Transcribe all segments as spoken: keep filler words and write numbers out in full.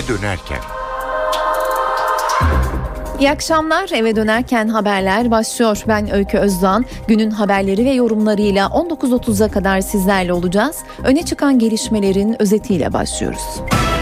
Eve dönerken. İyi akşamlar. Eve dönerken haberler başlıyor. Ben Öykü Özdoğan. Günün haberleri ve yorumlarıyla on dokuz otuza kadar sizlerle olacağız. Öne çıkan gelişmelerin özetiyle başlıyoruz.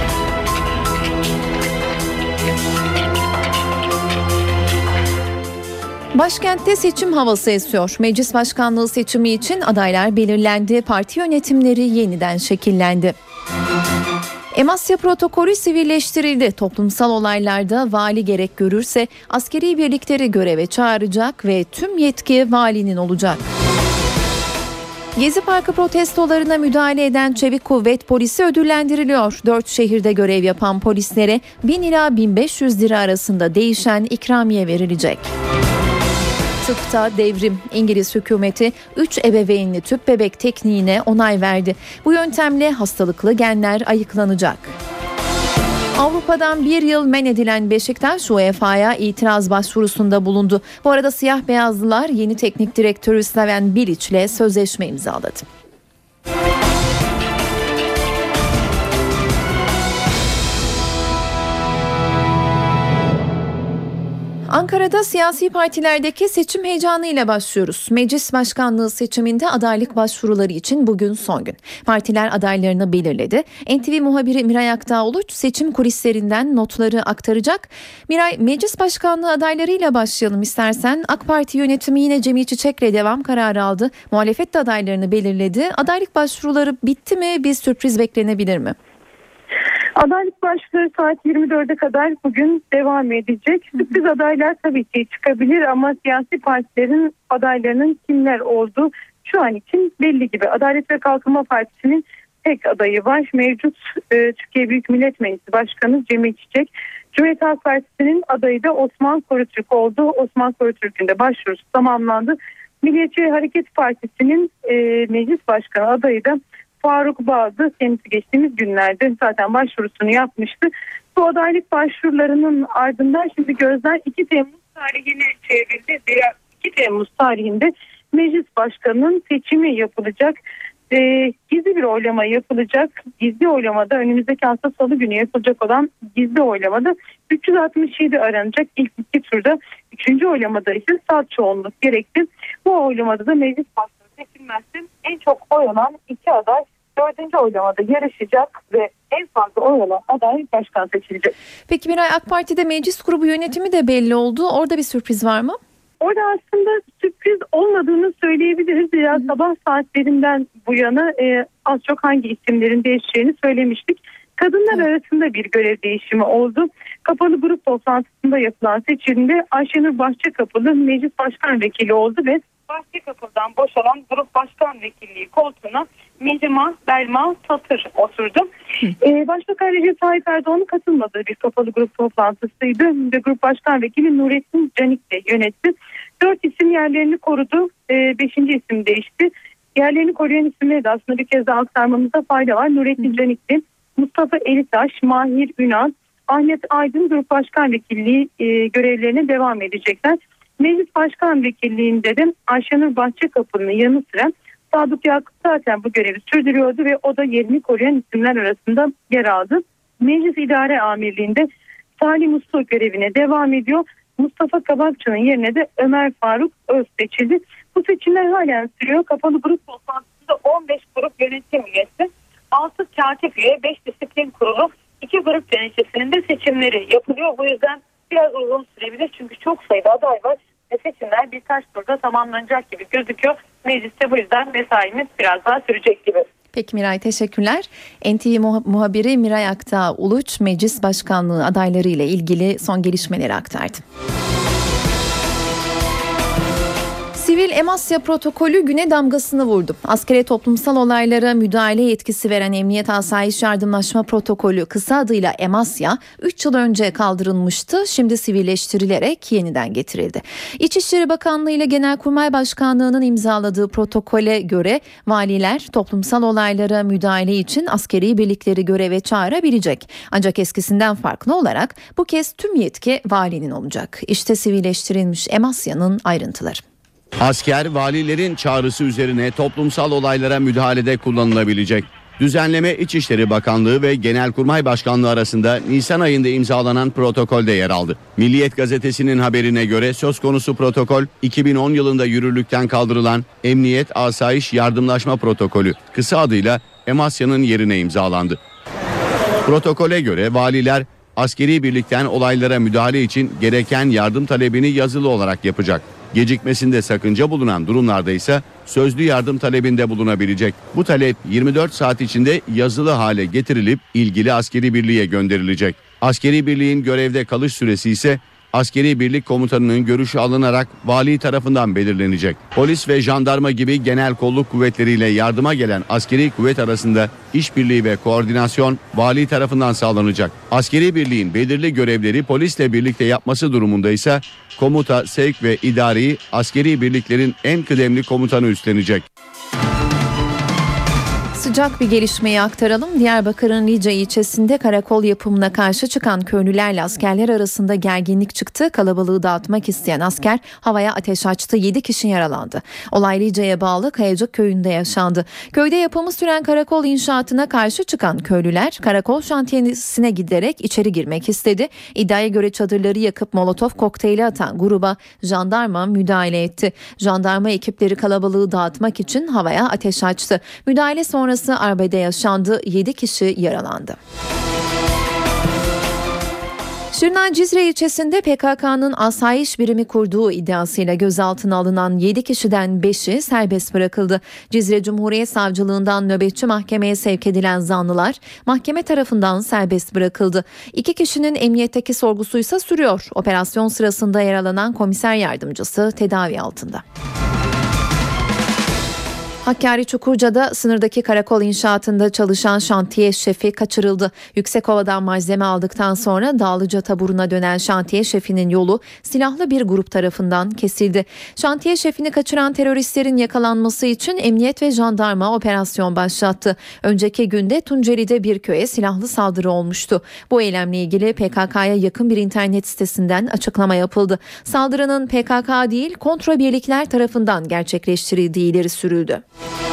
Başkentte seçim havası esiyor. Meclis başkanlığı seçimi için adaylar belirlendi. Parti yönetimleri yeniden şekillendi. Emasya protokolü sivilleştirildi. Toplumsal olaylarda vali gerek görürse askeri birlikleri göreve çağıracak ve tüm yetki valinin olacak. Gezi Parkı protestolarına müdahale eden Çevik Kuvvet Polisi ödüllendiriliyor. Dört şehirde görev yapan polislere bin ila bin beş yüz lira arasında değişen ikramiye verilecek. Tıpta devrim. İngiliz hükümeti üç ebeveynli tüp bebek tekniğine onay verdi. Bu yöntemle hastalıklı genler ayıklanacak. Avrupa'dan bir yıl men edilen Beşiktaş U E F A'ya itiraz başvurusunda bulundu. Bu arada siyah beyazlılar yeni teknik direktörü Slaven Bilic ile sözleşme imzaladı. Ankara'da siyasi partilerdeki seçim heyecanıyla başlıyoruz. Meclis başkanlığı seçiminde adaylık başvuruları için bugün son gün. Partiler adaylarını belirledi. N T V muhabiri Miray Aktağ-Uluç seçim kulislerinden notları aktaracak. Miray, meclis başkanlığı adaylarıyla başlayalım istersen. AK Parti yönetimi yine Cemil Çiçek'le devam kararı aldı. Muhalefet de adaylarını belirledi. Adaylık başvuruları bitti mi? Bir sürpriz beklenebilir mi? Adaylık başvuruları saat yirmi dörde kadar bugün devam edecek. Sürpriz adaylar tabii ki çıkabilir ama siyasi partilerin adaylarının kimler olduğu şu an için belli gibi. Adalet ve Kalkınma Partisi'nin tek adayı var. Mevcut e, Türkiye Büyük Millet Meclisi Başkanı Cemil Çiçek. Cumhuriyet Halk Partisi'nin adayı da Osman Korutürk oldu. Osman Korutürk'ün de başvurusu tamamlandı. Milliyetçi Hareket Partisi'nin e, meclis başkanı adayı da Faruk Bağ'dı. Kendisi geçtiğimiz günlerde zaten başvurusunu yapmıştı. Bu adaylık başvurularının ardından şimdi gözler iki Temmuz tarihine çevrildi. iki Temmuz tarihinde meclis başkanının seçimi yapılacak. Ee, gizli bir oylama yapılacak. Gizli oylamada önümüzdeki hafta Salı günü yapılacak olan gizli oylamada üç yüz altmış yedi aranacak. İlk iki turda, üçüncü oylamada ise salt çoğunluk gerekti. Bu oylamada da meclis başkanı seçilmezse en çok oy alan iki aday dördüncü oylamada yarışacak ve en fazla oy alan aday başkan seçilecek. Peki Miray, AK Parti'de meclis grubu yönetimi de belli oldu. Orada bir sürpriz var mı? Orada aslında sürpriz olmadığını söyleyebiliriz. Ya sabah saatlerinden bu yana e, az çok hangi isimlerin değişeceğini söylemiştik. Kadınlar Hı. arasında bir görev değişimi oldu. Kapalı grup toplantısında yapılan seçimde Ayşenur Bahçekapılı meclis başkan vekili oldu ve Bahçekapı'dan boşalan grup başkan vekilliği koltuğuna Mihrimah Belma Satır oturdu. Ee, Başbakan Recep Tayyip Erdoğan'ın katılmadığı bir kapalı grup toplantısıydı ve grup başkan vekili Nurettin Canik de yönetti. Dört isim yerlerini korudu. Ee, beşinci isim değişti. Yerlerini koruyan isimleri de aslında bir kez daha aktarmamızda fayda var. Nurettin Canik'ti. Mustafa Elitaş, Mahir Ünal, Ahmet Aydın grup başkan vekilliği e, görevlerine devam edecekler. Meclis başkan vekilliğinde de Ayşenur Bahçekapı'nın yanı sıra Sadık Yakup zaten bu görevi sürdürüyordu ve o da yerini koruyan isimler arasında yer aldı. Meclis İdare Amirliği'nde Salim Uslu görevine devam ediyor. Mustafa Kabakçı'nın yerine de Ömer Faruk Öz seçildi. Bu seçimler halen sürüyor. Kapalı grup toplantısında on beş grup yönetim üyesi, altı katip üye, beş disiplin kurulu, iki grup yöneticisinin de seçimleri yapılıyor. Bu yüzden biraz uzun sürebilir çünkü çok sayıda aday var ve seçimler birkaç turda tamamlanacak gibi gözüküyor. Mecliste bu yüzden mesaimiz biraz daha sürecek gibi. Peki Miray, teşekkürler. N T V muhabiri Miray Aktağ-Uluç meclis başkanlığı adayları ile ilgili son gelişmeleri aktardı. Sivil Emasya protokolü güne damgasını vurdu. Askeri toplumsal olaylara müdahale yetkisi veren Emniyet Asayiş Yardımlaşma Protokolü, kısa adıyla Emasya, üç yıl önce kaldırılmıştı. Şimdi sivilleştirilerek yeniden getirildi. İçişleri Bakanlığı ile Genelkurmay Başkanlığı'nın imzaladığı protokole göre valiler toplumsal olaylara müdahale için askeri birlikleri göreve çağırabilecek. Ancak eskisinden farklı olarak bu kez tüm yetki valinin olacak. İşte sivilleştirilmiş Emasya'nın ayrıntıları. Asker valilerin çağrısı üzerine toplumsal olaylara müdahalede kullanılabilecek. Düzenleme İçişleri Bakanlığı ve Genelkurmay Başkanlığı arasında Nisan ayında imzalanan protokolde yer aldı. Milliyet Gazetesi'nin haberine göre söz konusu protokol iki bin on yılında yürürlükten kaldırılan Emniyet Asayiş Yardımlaşma Protokolü, kısa adıyla EMASYA'nın yerine imzalandı. Protokole göre valiler askeri birlikten olaylara müdahale için gereken yardım talebini yazılı olarak yapacak. Gecikmesinde sakınca bulunan durumlarda ise sözlü yardım talebinde bulunabilecek. Bu talep yirmi dört saat içinde yazılı hale getirilip ilgili askeri birliğe gönderilecek. Askeri birliğin görevde kalış süresi ise askeri birlik komutanının görüşü alınarak vali tarafından belirlenecek. Polis ve jandarma gibi genel kolluk kuvvetleriyle yardıma gelen askeri kuvvet arasında işbirliği ve koordinasyon vali tarafından sağlanacak. Askeri birliğin belirli görevleri polisle birlikte yapması durumunda ise komuta, sevk ve idareyi askeri birliklerin en kıdemli komutanı üstlenecek. Sıcak bir gelişmeyi aktaralım. Diyarbakır'ın Lice ilçesinde karakol yapımına karşı çıkan köylülerle askerler arasında gerginlik çıktı. Kalabalığı dağıtmak isteyen asker havaya ateş açtı. yedi kişi yaralandı. Olay Lice'ye bağlı Kayacık köyünde yaşandı. Köyde yapımı süren karakol inşaatına karşı çıkan köylüler karakol şantiyesine giderek içeri girmek istedi. İddiaya göre çadırları yakıp molotof kokteyli atan gruba jandarma müdahale etti. Jandarma ekipleri kalabalığı dağıtmak için havaya ateş açtı. Müdahale sonrası arbede yaşandı. yedi kişi yaralandı. Şırnak'ın Cizre ilçesinde P K K'nın asayiş birimi kurduğu iddiasıyla gözaltına alınan yedi kişiden beşi serbest bırakıldı. Cizre Cumhuriyet Savcılığından nöbetçi mahkemeye sevk edilen zanlılar mahkeme tarafından serbest bırakıldı. İki kişinin emniyetteki sorgusu ise sürüyor. Operasyon sırasında yaralanan komiser yardımcısı tedavi altında. Hakkari Çukurca'da sınırdaki karakol inşaatında çalışan şantiye şefi kaçırıldı. Yüksekova'dan malzeme aldıktan sonra Dağlıca taburuna dönen şantiye şefinin yolu silahlı bir grup tarafından kesildi. Şantiye şefini kaçıran teröristlerin yakalanması için emniyet ve jandarma operasyon başlattı. Önceki günde Tunceli'de bir köye silahlı saldırı olmuştu. Bu eylemle ilgili P K K'ya yakın bir internet sitesinden açıklama yapıldı. Saldırının P K K değil kontra birlikler tarafından gerçekleştirildiği ileri sürüldü.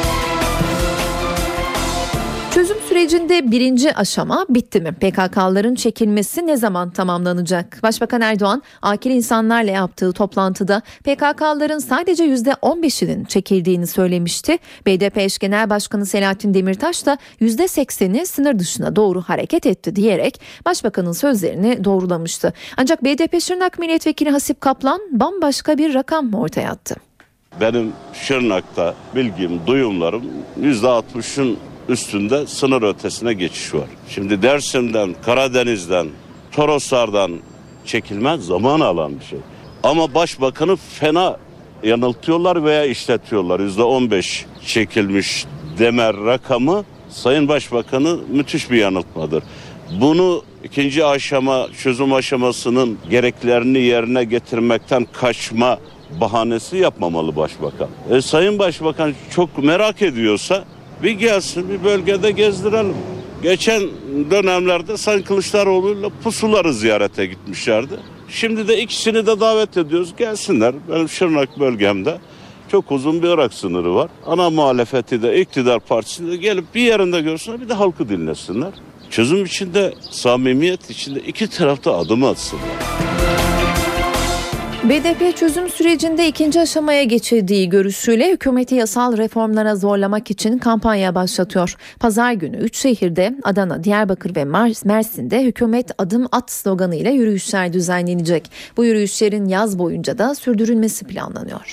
Çözüm sürecinde birinci aşama bitti mi? P K K'ların çekilmesi ne zaman tamamlanacak? Başbakan Erdoğan, akil insanlarla yaptığı toplantıda P K K'ların sadece yüzde on beşinin çekildiğini söylemişti. B D P eş genel başkanı Selahattin Demirtaş da yüzde sekseni sınır dışına doğru hareket etti diyerek başbakanın sözlerini doğrulamıştı. Ancak B D P Şırnak Milletvekili Hasip Kaplan bambaşka bir rakam ortaya attı. Benim Şırnak'ta bilgim, duyumlarım yüzde altmışın üstünde sınır ötesine geçiş var. Şimdi Dersim'den, Karadeniz'den, Toroslardan çekilme zaman alan bir şey. Ama başbakanı fena yanıltıyorlar veya işletiyorlar. yüzde on beş çekilmiş deme rakamı Sayın Başbakanı müthiş bir yanıltmadır. Bunu ikinci aşama, çözüm aşamasının gereklerini yerine getirmekten kaçma bahanesi yapmamalı başbakan. E, Sayın Başbakan çok merak ediyorsa bir gelsin, bir bölgede gezdirelim. Geçen dönemlerde Sayın Kılıçdaroğlu'yla pusuları ziyarete gitmişlerdi. Şimdi de ikisini de davet ediyoruz. Gelsinler. Benim Şırnak bölgemde çok uzun bir Irak sınırı var. Ana muhalefeti de iktidar partisinde gelip bir yerinde görsünler, bir de halkı dinlesinler. Çözüm içinde, samimiyet içinde iki tarafta adım atsınlar. B D P çözüm sürecinde ikinci aşamaya geçildiği görüşüyle hükümeti yasal reformlara zorlamak için kampanya başlatıyor. Pazar günü üç şehirde Adana, Diyarbakır ve Mersin'de hükümet adım at sloganıyla yürüyüşler düzenlenecek. Bu yürüyüşlerin yaz boyunca da sürdürülmesi planlanıyor.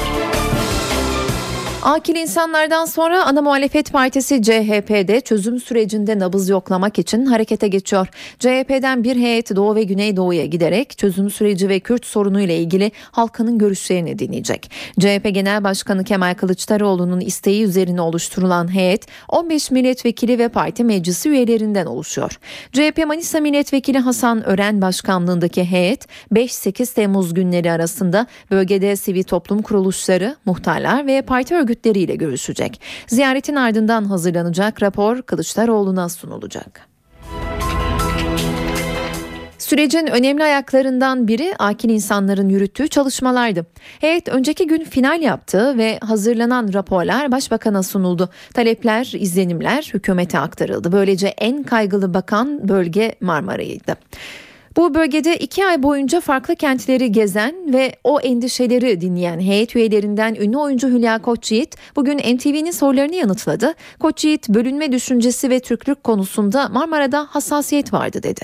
Akil insanlardan sonra ana muhalefet partisi C H P'de çözüm sürecinde nabız yoklamak için harekete geçiyor. C H P'den bir heyet Doğu ve Güneydoğu'ya giderek çözüm süreci ve Kürt sorunu ile ilgili halkın görüşlerini dinleyecek. C H P Genel Başkanı Kemal Kılıçdaroğlu'nun isteği üzerine oluşturulan heyet on beş milletvekili ve parti meclisi üyelerinden oluşuyor. C H P Manisa Milletvekili Hasan Ören başkanlığındaki heyet beş sekiz Temmuz günleri arasında bölgede sivil toplum kuruluşları, muhtarlar ve parti örgütleriyle örgütleriyle görüşecek. Ziyaretin ardından hazırlanacak rapor Kılıçdaroğlu'na sunulacak. Sürecin önemli ayaklarından biri akil insanların yürüttüğü çalışmalardı. Heyet önceki gün final yaptı ve hazırlanan raporlar başbakana sunuldu. Talepler, izlenimler hükümete aktarıldı. Böylece en kaygılı bakan bölge Marmara'ydı. Bu bölgede iki ay boyunca farklı kentleri gezen ve o endişeleri dinleyen heyet üyelerinden ünlü oyuncu Hülya Koçyiğit bugün N T V'nin sorularını yanıtladı. Koçyiğit, bölünme düşüncesi ve Türklük konusunda Marmara'da hassasiyet vardı dedi.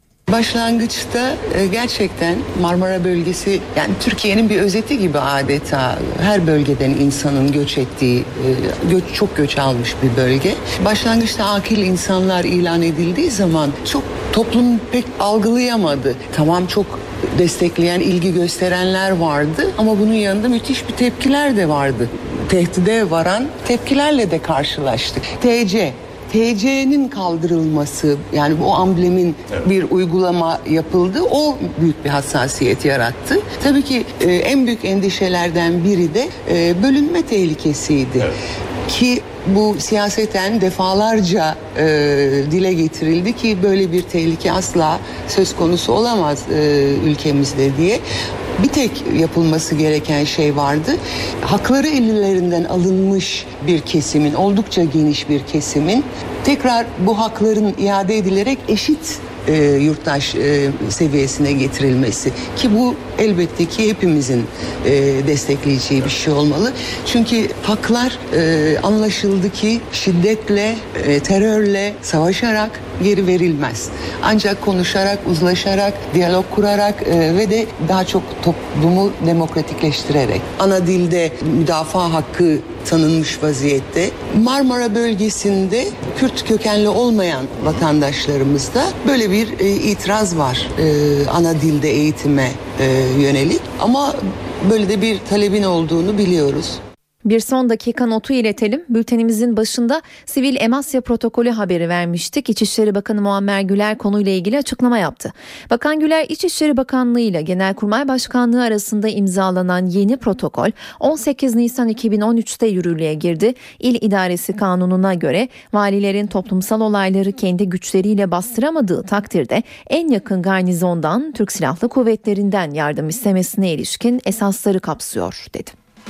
Başlangıçta gerçekten Marmara bölgesi, yani Türkiye'nin bir özeti gibi adeta. Her bölgeden insanın göç ettiği, göç, çok göç almış bir bölge. Başlangıçta akil insanlar ilan edildiği zaman çok toplum pek algılayamadı. Tamam, çok destekleyen, ilgi gösterenler vardı ama bunun yanında müthiş bir tepkiler de vardı. Tehdide varan tepkilerle de karşılaştık. T C T C'nin kaldırılması, yani bu amblemin evet. bir uygulama yapıldı. O büyük bir hassasiyet yarattı. Tabii ki e, en büyük endişelerden biri de e, bölünme tehlikesiydi. Evet. Ki bu siyaseten defalarca e, dile getirildi ki böyle bir tehlike asla söz konusu olamaz e, ülkemizde diye. Bir tek yapılması gereken şey vardı. Hakları ellerinden alınmış bir kesimin, oldukça geniş bir kesimin tekrar bu hakların iade edilerek eşit e, yurttaş e, seviyesine getirilmesi. Ki bu elbette ki hepimizin e, destekleyeceği bir şey olmalı. Çünkü haklar e, anlaşıldı ki şiddetle, e, terörle, savaşarak geri verilmez. Ancak konuşarak, uzlaşarak, diyalog kurarak e, ve de daha çok toplumu demokratikleştirerek. Ana dilde müdafaa hakkı tanınmış vaziyette. Marmara bölgesinde Kürt kökenli olmayan vatandaşlarımızda böyle bir e, itiraz var e, ana dilde eğitime e, yönelik. Ama böyle de bir talebin olduğunu biliyoruz. Bir son dakika notu iletelim. Bültenimizin başında sivil emasya protokolü haberi vermiştik. İçişleri Bakanı Muammer Güler konuyla ilgili açıklama yaptı. Bakan Güler, İçişleri Bakanlığı ile Genelkurmay Başkanlığı arasında imzalanan yeni protokol on sekiz Nisan iki bin on üçte yürürlüğe girdi. İl İdaresi Kanunu'na göre valilerin toplumsal olayları kendi güçleriyle bastıramadığı takdirde en yakın garnizondan, Türk Silahlı Kuvvetlerinden yardım istemesine ilişkin esasları kapsıyor dedi.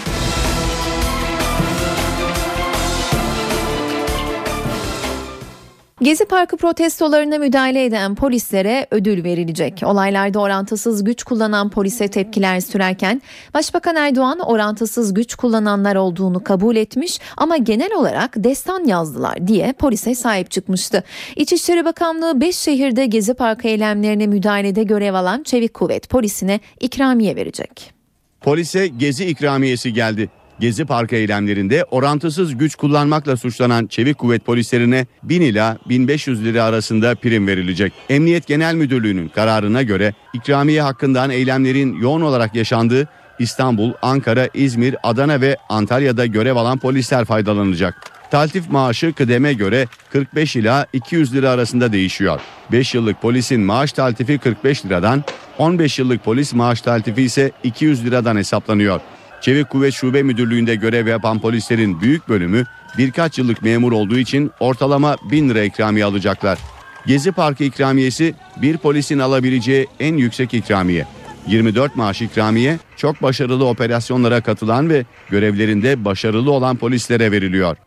Gezi Parkı protestolarına müdahale eden polislere ödül verilecek. Olaylarda orantısız güç kullanan polise tepkiler sürerken Başbakan Erdoğan orantısız güç kullananlar olduğunu kabul etmiş ama genel olarak destan yazdılar diye polise sahip çıkmıştı. İçişleri Bakanlığı beş şehirde Gezi Parkı eylemlerine müdahalede görev alan Çevik Kuvvet polisine ikramiye verecek. Polise Gezi ikramiyesi geldi. Gezi Parkı eylemlerinde orantısız güç kullanmakla suçlanan Çevik Kuvvet polislerine bin ila bin beş yüz lira arasında prim verilecek. Emniyet Genel Müdürlüğü'nün kararına göre ikramiye hakkından eylemlerin yoğun olarak yaşandığı İstanbul, Ankara, İzmir, Adana ve Antalya'da görev alan polisler faydalanacak. Taltif maaşı kıdeme göre kırk beş ila iki yüz lira arasında değişiyor. beş yıllık polisin maaş taltifi kırk beş liradan, on beş yıllık polis maaş taltifi ise iki yüz liradan hesaplanıyor. Çevik Kuvvet Şube Müdürlüğü'nde görev yapan polislerin büyük bölümü birkaç yıllık memur olduğu için ortalama bin lira ikramiye alacaklar. Gezi Parkı ikramiyesi bir polisin alabileceği en yüksek ikramiye. yirmi dört maaş ikramiye çok başarılı operasyonlara katılan ve görevlerinde başarılı olan polislere veriliyor.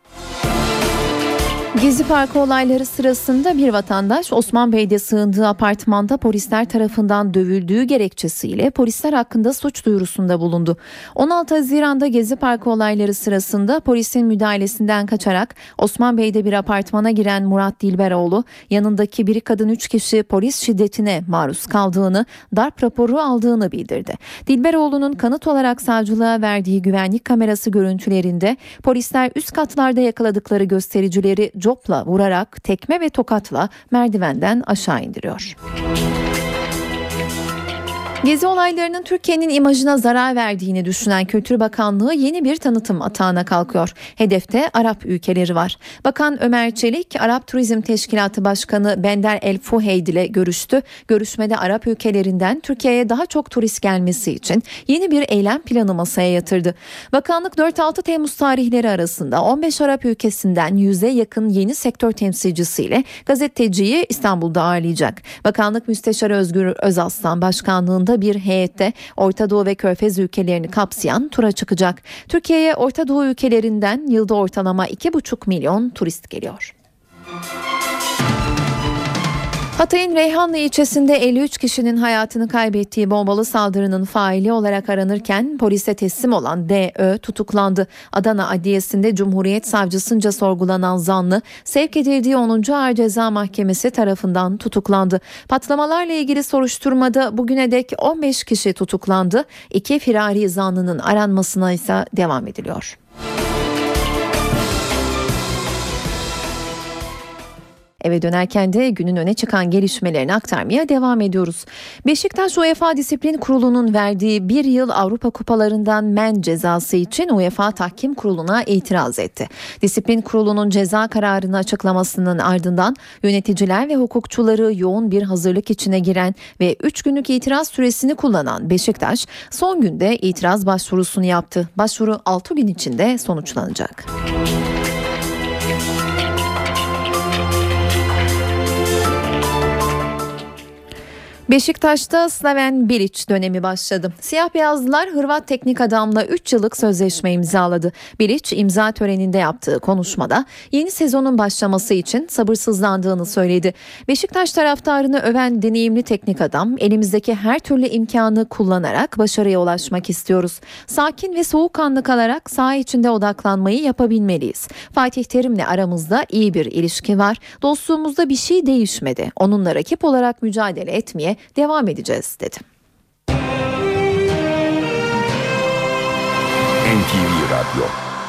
Gezi Parkı olayları sırasında bir vatandaş Osmanbey'de sığındığı apartmanda polisler tarafından dövüldüğü gerekçesiyle polisler hakkında suç duyurusunda bulundu. on altı Haziran'da Gezi Parkı olayları sırasında polisin müdahalesinden kaçarak Osmanbey'de bir apartmana giren Murat Dilberoğlu, yanındaki bir kadın üç kişi polis şiddetine maruz kaldığını, darp raporu aldığını bildirdi. Dilberoğlu'nun kanıt olarak savcılığa verdiği güvenlik kamerası görüntülerinde polisler üst katlarda yakaladıkları göstericileri copla vurarak tekme ve tokatla merdivenden aşağı indiriyor. Gezi olaylarının Türkiye'nin imajına zarar verdiğini düşünen Kültür Bakanlığı yeni bir tanıtım atağına kalkıyor. Hedefte Arap ülkeleri var. Bakan Ömer Çelik, Arap Turizm Teşkilatı Başkanı Bender El Fuheyd ile görüştü. Görüşmede Arap ülkelerinden Türkiye'ye daha çok turist gelmesi için yeni bir eylem planı masaya yatırdı. Bakanlık dört altı Temmuz tarihleri arasında on beş Arap ülkesinden yüze yakın yeni sektör temsilcisiyle gazeteciyi İstanbul'da ağırlayacak. Bakanlık Müsteşarı Özgür Özaslan başkanlığında bir heyette Orta Doğu ve Körfez ülkelerini kapsayan tura çıkacak. Türkiye'ye Orta Doğu ülkelerinden yılda ortalama iki buçuk milyon turist geliyor. Hatay'ın Reyhanlı ilçesinde elli üç kişinin hayatını kaybettiği bombalı saldırının faili olarak aranırken polise teslim olan D Ö tutuklandı. Adana Adliyesi'nde Cumhuriyet Savcısınca sorgulanan zanlı sevk edildiği onuncu Ağır Ceza Mahkemesi tarafından tutuklandı. Patlamalarla ilgili soruşturmada bugüne dek on beş kişi tutuklandı. İki firari zanlının aranmasına ise devam ediliyor. Eve dönerken de günün öne çıkan gelişmelerini aktarmaya devam ediyoruz. Beşiktaş UEFA Disiplin Kurulu'nun verdiği bir yıl Avrupa Kupalarından men cezası için UEFA Tahkim Kurulu'na itiraz etti. Disiplin Kurulu'nun ceza kararını açıklamasının ardından yöneticiler ve hukukçuları yoğun bir hazırlık içine giren ve üç günlük itiraz süresini kullanan Beşiktaş son günde itiraz başvurusunu yaptı. Başvuru altı gün içinde sonuçlanacak. Beşiktaş'ta Slaven Bilic dönemi başladı. Siyah beyazlılar Hırvat teknik adamla üç yıllık sözleşme imzaladı. Bilic imza töreninde yaptığı konuşmada yeni sezonun başlaması için sabırsızlandığını söyledi. Beşiktaş taraftarını öven deneyimli teknik adam, elimizdeki her türlü imkanı kullanarak başarıya ulaşmak istiyoruz. Sakin ve soğukkanlı kalarak saha içinde odaklanmayı yapabilmeliyiz. Fatih Terim'le aramızda iyi bir ilişki var. Dostluğumuzda bir şey değişmedi. Onunla rakip olarak mücadele etmeye devam edeceğiz dedi. N T V Radyo.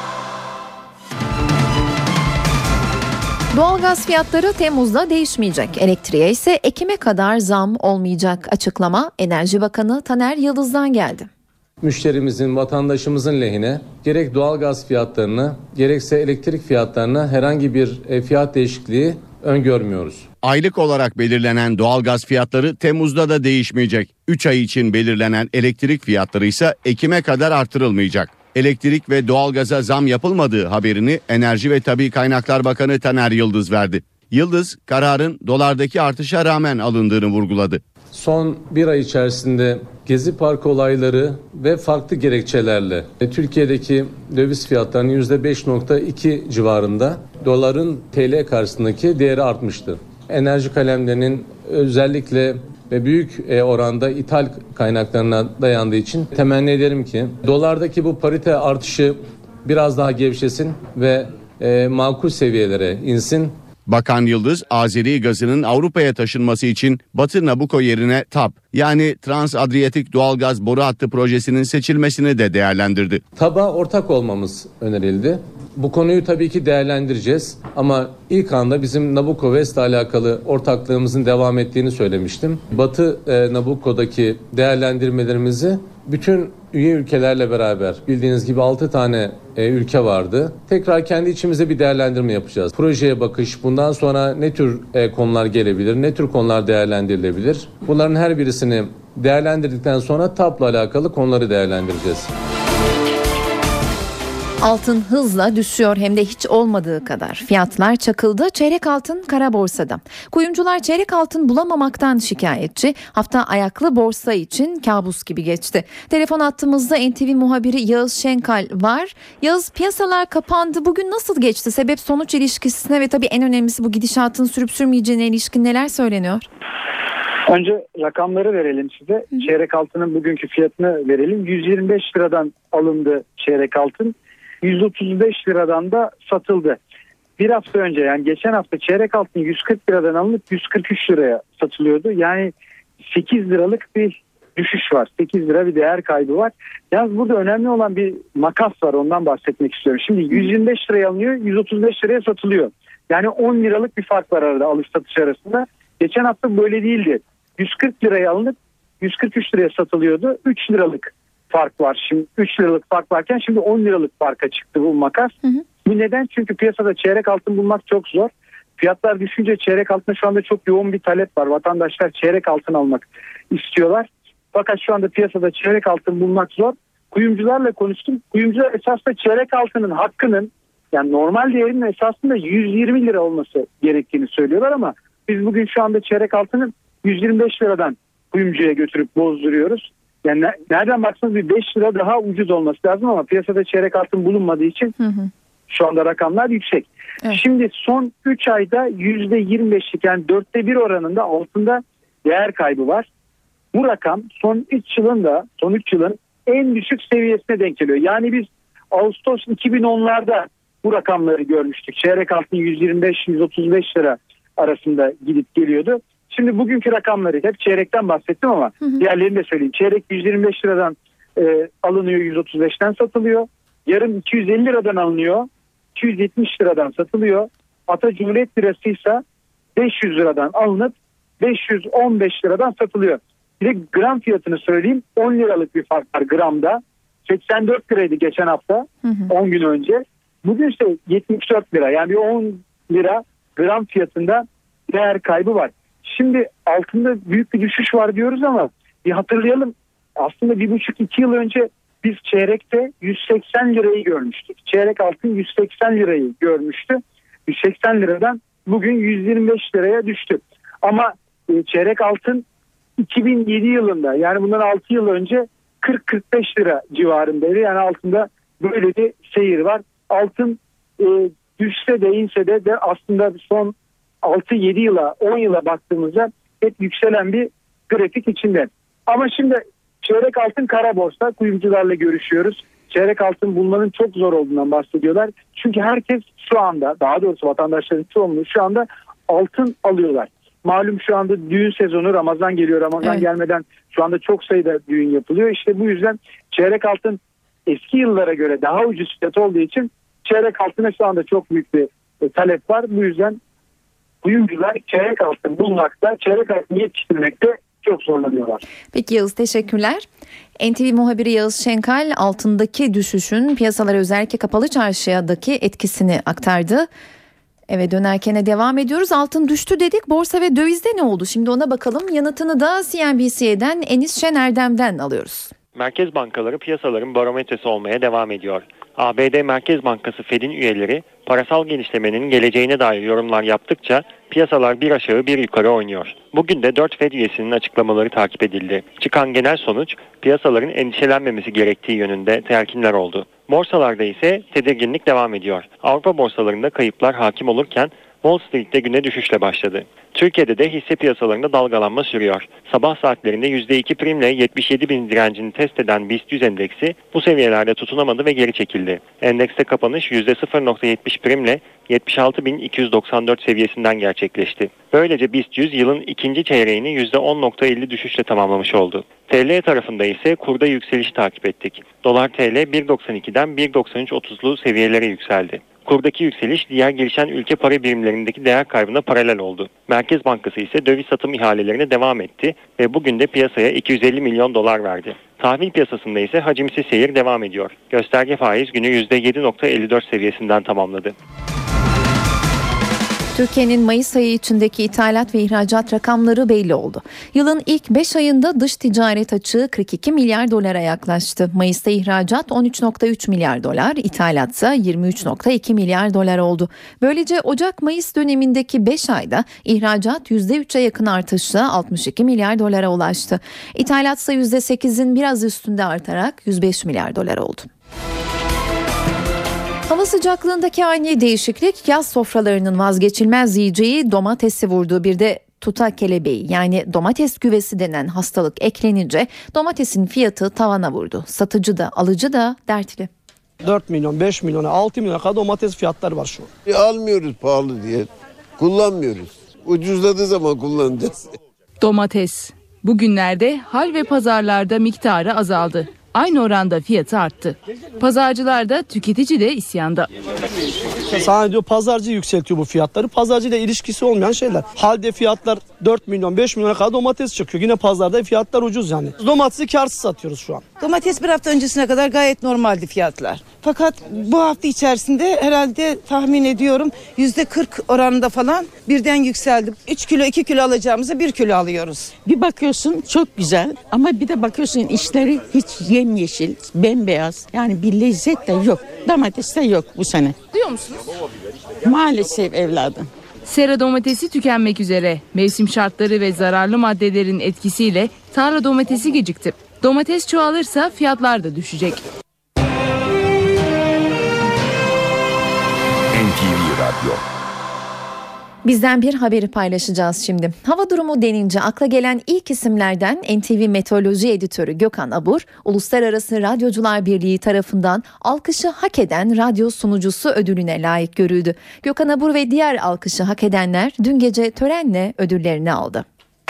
Doğalgaz fiyatları Temmuz'da değişmeyecek. Elektriğe ise Ekim'e kadar zam olmayacak. Açıklama Enerji Bakanı Taner Yıldız'dan geldi. Müşterimizin, vatandaşımızın lehine gerek doğalgaz fiyatlarını gerekse elektrik fiyatlarına herhangi bir fiyat değişikliği öngörmüyoruz. Aylık olarak belirlenen doğalgaz fiyatları Temmuz'da da değişmeyecek. üç ay için belirlenen elektrik fiyatları ise Ekim'e kadar artırılmayacak. Elektrik ve doğalgaza zam yapılmadığı haberini Enerji ve Tabii Kaynaklar Bakanı Taner Yıldız verdi. Yıldız, kararın dolardaki artışa rağmen alındığını vurguladı. Son bir ay içerisinde Gezi Parkı olayları ve farklı gerekçelerle Türkiye'deki döviz fiyatlarının yüzde beş virgül iki civarında, doların T L karşısındaki değeri artmıştı. Enerji kalemlerinin özellikle ve büyük oranda ithal kaynaklarına dayandığı için temenni ederim ki dolardaki bu parite artışı biraz daha gevşesin ve makul seviyelere insin. Bakan Yıldız, Azeri gazının Avrupa'ya taşınması için Batı Nabucco yerine T A P yani Trans-Adriyatik Doğalgaz Boru Hattı projesinin seçilmesini de değerlendirdi. T A B'a ortak olmamız önerildi. Bu konuyu tabii ki değerlendireceğiz ama ilk anda bizim Nabucco West ile alakalı ortaklığımızın devam ettiğini söylemiştim. Batı e, Nabucco'daki değerlendirmelerimizi bütün üye ülkelerle beraber, bildiğiniz gibi altı tane e, ülke vardı. Tekrar kendi içimize bir değerlendirme yapacağız. Projeye bakış, bundan sonra ne tür e, konular gelebilir, ne tür konular değerlendirilebilir? Bunların her birisini değerlendirdikten sonra T A P'la alakalı konuları değerlendireceğiz. Altın hızla düşüyor hem de hiç olmadığı kadar. Fiyatlar çakıldı. Çeyrek altın kara borsada. Kuyumcular çeyrek altın bulamamaktan şikayetçi. Hafta ayaklı borsa için kabus gibi geçti. Telefon hattımızda N T V muhabiri Yağız Şenkal var. Yağız, piyasalar kapandı. Bugün nasıl geçti? Sebep sonuç ilişkisine ve tabii en önemlisi bu gidişatın sürüp sürmeyeceğine ilişkin neler söyleniyor? Önce rakamları verelim size. Hı. Çeyrek altının bugünkü fiyatını verelim. yüz yirmi beş liradan alındı çeyrek altın. yüz otuz beş liradan da satıldı. Bir hafta önce, yani geçen hafta çeyrek altın yüz kırk liradan alınıp yüz kırk üç liraya satılıyordu. Yani sekiz liralık bir düşüş var. sekiz lira bir değer kaybı var. Yalnız burada önemli olan bir makas var, ondan bahsetmek istiyorum. Şimdi yüz yirmi beş liraya alınıyor, yüz otuz beş liraya satılıyor. Yani on liralık bir fark var arada, alış satış arasında. Geçen hafta böyle değildi. yüz kırk liraya alınıp yüz kırk üç liraya satılıyordu. üç liralık fark var. Şimdi üç liralık fark varken şimdi on liralık farka çıktı bu makas. Hı hı. Bu neden? Çünkü piyasada çeyrek altın bulmak çok zor. Fiyatlar düşünce çeyrek altına şu anda çok yoğun bir talep var. Vatandaşlar çeyrek altın almak istiyorlar. Fakat şu anda piyasada çeyrek altın bulmak zor. Kuyumcularla konuştum. Kuyumcular esasında çeyrek altının hakkının, yani normal değerinin esasında yüz yirmi lira olması gerektiğini söylüyorlar ama biz bugün şu anda çeyrek altının yüz yirmi beş liradan kuyumcuya götürüp bozduruyoruz. Yani nereden baksanız bir beş lira daha ucuz olması lazım ama piyasada çeyrek altın bulunmadığı için hı hı. şu anda rakamlar yüksek. Evet. Şimdi son üç ayda yüzde yirmi beşlik yani dörtte bir oranında altında değer kaybı var. Bu rakam son üç yılın da son üç yılın en düşük seviyesine denk geliyor. Yani biz Ağustos iki bin onlarda bu rakamları görmüştük. Çeyrek altın yüz yirmi beş yüz otuz beş lira arasında gidip geliyordu. Şimdi bugünkü rakamları hep çeyrekten bahsettim ama hı hı. diğerlerini de söyleyeyim. Çeyrek yüz yirmi beş liradan e, alınıyor, yüz otuz beşten satılıyor. Yarım iki yüz elli liradan alınıyor, iki yüz yetmiş liradan satılıyor. Ata Cumhuriyet lirası ise beş yüz liradan alınıp beş yüz on beş liradan satılıyor. Bir de gram fiyatını söyleyeyim. on liralık bir fark var gramda. seksen dört liraydı geçen hafta, hı hı. on gün önce. Bugün ise yetmiş dört lira. Yani bir on lira gram fiyatında değer kaybı var. Şimdi altında büyük bir düşüş var diyoruz ama bir hatırlayalım. Aslında bir buçuk iki yıl önce biz çeyrekte yüz seksen lirayı görmüştük. Çeyrek altın yüz seksen lirayı görmüştü. yüz seksen liradan bugün yüz yirmi beş liraya düştü. Ama e, çeyrek altın iki bin yedi yılında, yani bundan altı yıl önce kırk kırk beş lira civarındaydı. Yani altında böyle bir seyir var. Altın e, düşse de inse de, de aslında son altı yedi yıla on yıla baktığımızda hep yükselen bir grafik içinde. Ama şimdi çeyrek altın kara borsa, kuyumcularla görüşüyoruz. Çeyrek altın bulmanın çok zor olduğundan bahsediyorlar. Çünkü herkes şu anda, daha doğrusu vatandaşların çoğunluğu şu anda altın alıyorlar. Malum şu anda düğün sezonu, Ramazan geliyor. Ramazan evet. gelmeden şu anda çok sayıda düğün yapılıyor. İşte bu yüzden çeyrek altın eski yıllara göre daha ucuz fiyat olduğu için çeyrek altına şu anda çok büyük bir e, talep var. Bu yüzden kuyumcular çeyrek altın bulmakta, çeyrek altın yetiştirmekte çok zorlanıyorlar. Peki Yağız, teşekkürler. N T V muhabiri Yağız Şenkal altındaki düşüşün piyasalara, özellikle kapalı çarşıdaki etkisini aktardı. Eve dönerken devam ediyoruz. Altın düştü dedik. Borsa ve dövizde ne oldu? Şimdi ona bakalım. Yanıtını da C N B C'den Enis Şen Erdem'den alıyoruz. Merkez bankaları piyasaların barometresi olmaya devam ediyor. A B D Merkez Bankası Fed'in üyeleri parasal genişlemenin geleceğine dair yorumlar yaptıkça piyasalar bir aşağı bir yukarı oynuyor. Bugün de dört Fed üyesinin açıklamaları takip edildi. Çıkan genel sonuç piyasaların endişelenmemesi gerektiği yönünde telkinler oldu. Borsalarda ise tedirginlik devam ediyor. Avrupa borsalarında kayıplar hakim olurken Wall Street'te güne düşüşle başladı. Türkiye'de de hisse piyasalarında dalgalanma sürüyor. Sabah saatlerinde yüzde iki primle yetmiş yedi bin direncini test eden BIST yüz endeksi bu seviyelerde tutunamadı ve geri çekildi. Endekste kapanış yüzde sıfır virgül yetmiş primle yetmiş altı bin iki yüz doksan dört seviyesinden gerçekleşti. Böylece BIST yüz yılın ikinci çeyreğini yüzde on virgül elli düşüşle tamamlamış oldu. T L tarafında ise kurda yükselişi takip ettik. Dolar T L bir virgül doksan ikiden bir virgül doksan üç otuzlu seviyelere yükseldi. Kurdaki yükseliş diğer gelişen ülke para birimlerindeki değer kaybına paralel oldu. Merkez Bankası ise döviz satım ihalelerine devam etti ve bugün de piyasaya iki yüz elli milyon dolar verdi. Tahvil piyasasında ise hacimsiz seyir devam ediyor. Gösterge faiz günü yüzde yedi virgül elli dört seviyesinden tamamladı. Türkiye'nin Mayıs ayı içindeki ithalat ve ihracat rakamları belli oldu. Yılın ilk beş ayında dış ticaret açığı kırk iki milyar dolara yaklaştı. Mayıs'ta ihracat on üç virgül üç milyar dolar, ithalatsa yirmi üç virgül iki milyar dolar oldu. Böylece Ocak-Mayıs dönemindeki beş ayda ihracat yüzde üçe yakın artışla altmış iki milyar dolara ulaştı. İthalatsa yüzde sekizin biraz üstünde artarak yüz beş milyar dolar oldu. Hava sıcaklığındaki ani değişiklik yaz sofralarının vazgeçilmez yiyeceği domatesi vurdu. Bir de tuta kelebeği, yani domates güvesi denen hastalık eklenince domatesin fiyatı tavana vurdu. Satıcı da alıcı da dertli. dört milyon, beş milyon, altı milyona kadar domates fiyatları var şu an. E, almıyoruz pahalı diye. Kullanmıyoruz. Ucuzladığı zaman kullanacağız. Domates. Bugünlerde hal ve pazarlarda miktarı azaldı. Aynı oranda fiyatı arttı. Pazarcılar da tüketici de isyanda. Sana diyor pazarcı yükseltiyor bu fiyatları. Pazarcıyla ilişkisi olmayan şeyler. Halde fiyatlar dört milyon beş milyona kadar domates çıkıyor. Yine pazarda fiyatlar ucuz yani. Domatesi karsız satıyoruz şu an. Domates bir hafta öncesine kadar gayet normaldi fiyatlar. Fakat bu hafta içerisinde herhalde tahmin ediyorum yüzde kırk oranında falan birden yükseldi. üç kilo iki kilo alacağımıza bir kilo alıyoruz. Bir bakıyorsun çok güzel ama bir de bakıyorsun işleri hiç yemyeşil, bembeyaz. Yani bir lezzet de yok. Domates de yok bu sene. Diyor musunuz? Maalesef evladım. Sera domatesi tükenmek üzere. Mevsim şartları ve zararlı maddelerin etkisiyle tarla domatesi gecikti. Domates çoğalırsa fiyatlar da düşecek. N T V Radyo. Bizden bir haberi paylaşacağız şimdi. Hava durumu denince akla gelen ilk isimlerden N T V Meteoroloji Editörü Gökhan Abur, Uluslararası Radyocular Birliği tarafından alkışı hak eden radyo sunucusu ödülüne layık görüldü. Gökhan Abur ve diğer alkışı hak edenler dün gece törenle ödüllerini aldı.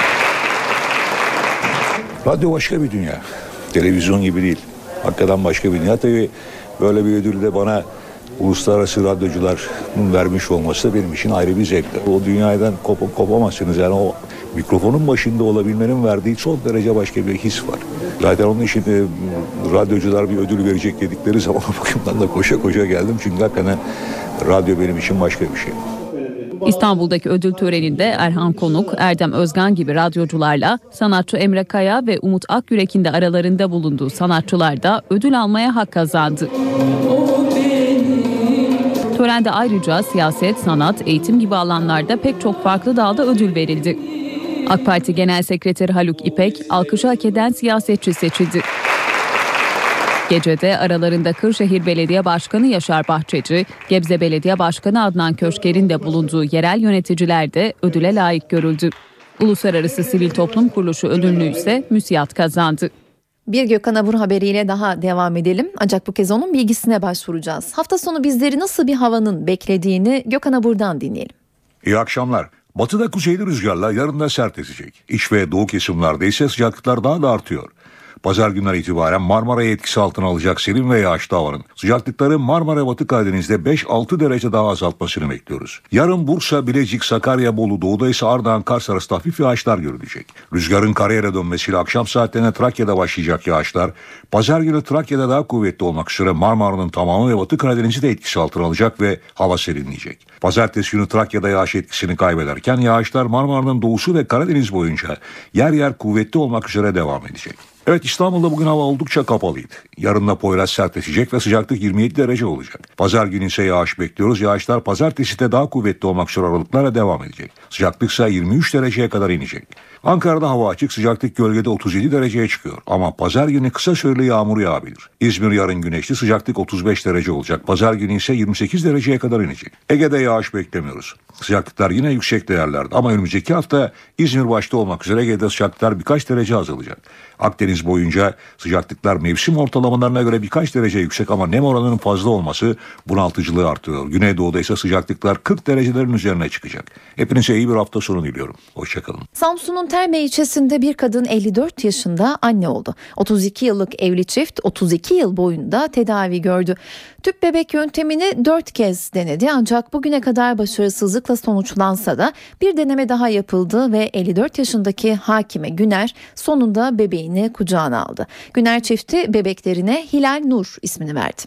Radyo başka bir dünya. Televizyon gibi değil. Hakikaten başka bir dünya. Tabii böyle bir ödülü de bana Uluslararası Radyocular'ın vermiş olması da benim için ayrı bir zevkti. O dünyadan kop- kopamazsınız. Yani o mikrofonun başında olabilmenin verdiği son derece başka bir his var. Zaten onun için e, radyocular bir ödül verecek dedikleri zaman bakımdan da koşa koşa geldim. Çünkü hakikaten radyo benim için başka bir şey. İstanbul'daki ödül töreninde Erhan Konuk, Erdem Özgan gibi radyocularla sanatçı Emre Kaya ve Umut Akyürek'in de aralarında bulunduğu sanatçılar da ödül almaya hak kazandı. Törende ayrıca siyaset, sanat, eğitim gibi alanlarda pek çok farklı dalda ödül verildi. AK Parti Genel Sekreteri Haluk İpek, alkışı hak eden siyasetçi seçildi. Gecede aralarında Kırşehir Belediye Başkanı Yaşar Bahçeci, Gebze Belediye Başkanı Adnan Köşker'in de bulunduğu yerel yöneticiler de ödüle layık görüldü. Uluslararası Sivil Toplum Kuruluşu ödülünü ise MÜSİAD kazandı. Bir Gökhan Abur haberiyle daha devam edelim. Ancak bu kez onun bilgisine başvuracağız. Hafta sonu bizleri nasıl bir havanın beklediğini Gökhan Abur'dan dinleyelim. İyi akşamlar. Batıda kuzeyli rüzgarlar yarın da sert esecek. İç ve doğu kesimlerde ise sıcaklıklar daha da artıyor. Pazar günleri itibaren Marmara'yı etkisi altına alacak serin ve yağışlı havanın sıcaklıkları Marmara Batı Karadeniz'de beş altı derece daha azaltmasını bekliyoruz. Yarın Bursa, Bilecik, Sakarya, Bolu, doğuda ise Ardahan, Kars arasında hafif yağışlar görülecek. Rüzgarın karayere dönmesiyle akşam saatlerinde Trakya'da başlayacak yağışlar, pazar günü Trakya'da daha kuvvetli olmak üzere Marmara'nın tamamı ve Batı Karadeniz'i de etkisi altına alacak ve hava serinleyecek. Pazartesi günü Trakya'da yağış etkisini kaybederken yağışlar Marmara'nın doğusu ve Karadeniz boyunca yer yer kuvvetli olmak üzere devam edecek. Evet, İstanbul'da bugün hava oldukça kapalıydı. Yarın da Poyraz sertleşecek ve sıcaklık yirmi yedi derece olacak. Pazar günü ise yağış bekliyoruz. Yağışlar pazartesi de daha kuvvetli olmak üzere aralıklarla devam edecek. Sıcaklık ise yirmi üç dereceye kadar inecek. Ankara'da hava açık, sıcaklık gölgede otuz yedi dereceye çıkıyor. Ama pazar günü kısa süreli yağmur yağabilir. İzmir yarın güneşli, sıcaklık otuz beş derece olacak. Pazar günü ise yirmi sekiz dereceye kadar inecek. Ege'de yağış beklemiyoruz. Sıcaklıklar yine yüksek değerlerde ama önümüzdeki hafta İzmir başta olmak üzere Ege'de sıcaklıklar birkaç derece azalacak. Akdeniz boyunca sıcaklıklar mevsim ortalamalarına göre birkaç derece yüksek ama nem oranının fazla olması bunaltıcılığı artırıyor. Güneydoğu'da ise sıcaklıklar kırk derecelerin üzerine çıkacak. Hepinize iyi bir hafta sonu diliyorum. Hoşçakalın. Samsun'un Terme ilçesinde bir kadın elli dört yaşında anne oldu. otuz iki yıllık evli çift otuz iki yıl boyunca tedavi gördü. Tüp bebek yöntemini dört kez denedi ancak bugüne kadar başarısızlıkla sonuçlansa da bir deneme daha yapıldı ve elli dört yaşındaki Hakime Güner sonunda bebeğini kucağına aldı. Güner çifti bebeklerine Hilal Nur ismini verdi.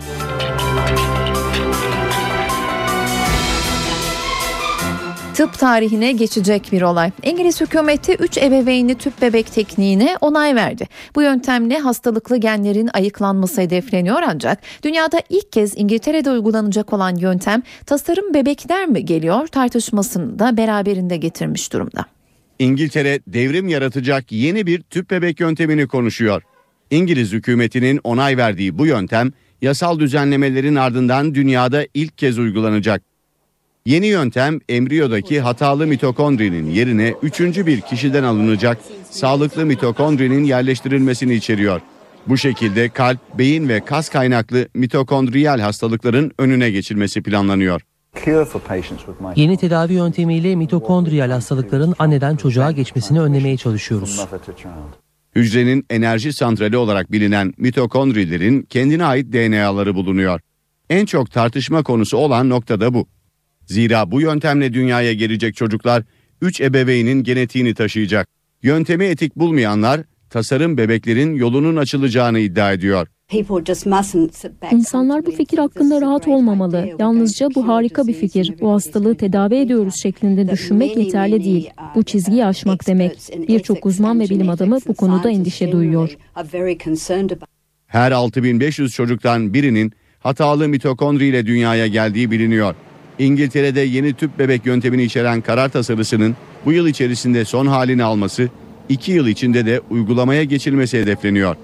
Tıp tarihine geçecek bir olay. İngiliz hükümeti üç ebeveynli tüp bebek tekniğine onay verdi. Bu yöntemle hastalıklı genlerin ayıklanması hedefleniyor ancak dünyada ilk kez İngiltere'de uygulanacak olan yöntem tasarım bebekler mi geliyor tartışmasını da beraberinde getirmiş durumda. İngiltere devrim yaratacak yeni bir tüp bebek yöntemini konuşuyor. İngiliz hükümetinin onay verdiği bu yöntem yasal düzenlemelerin ardından dünyada ilk kez uygulanacak. Yeni yöntem embriyodaki hatalı mitokondrinin yerine üçüncü bir kişiden alınacak sağlıklı mitokondrinin yerleştirilmesini içeriyor. Bu şekilde kalp, beyin ve kas kaynaklı mitokondriyal hastalıkların önüne geçilmesi planlanıyor. Yeni tedavi yöntemiyle mitokondriyal hastalıkların anneden çocuğa geçmesini önlemeye çalışıyoruz. Hücrenin enerji santrali olarak bilinen mitokondrilerin kendine ait D N A'ları bulunuyor. En çok tartışma konusu olan nokta da bu. Zira bu yöntemle dünyaya gelecek çocuklar üç ebeveynin genetiğini taşıyacak. Yöntemi etik bulmayanlar tasarım bebeklerin yolunun açılacağını iddia ediyor. İnsanlar bu fikir hakkında rahat olmamalı. Yalnızca bu harika bir fikir. Bu hastalığı tedavi ediyoruz şeklinde düşünmek yeterli değil. Bu çizgiyi aşmak demek. Birçok uzman ve bilim adamı bu konuda endişe duyuyor. Her altı bin beş yüz çocuktan birinin hatalı mitokondri ile dünyaya geldiği biliniyor. İngiltere'de yeni tüp bebek yöntemini içeren karar tasarısının bu yıl içerisinde son halini alması, iki yıl içinde de uygulamaya geçilmesi hedefleniyor.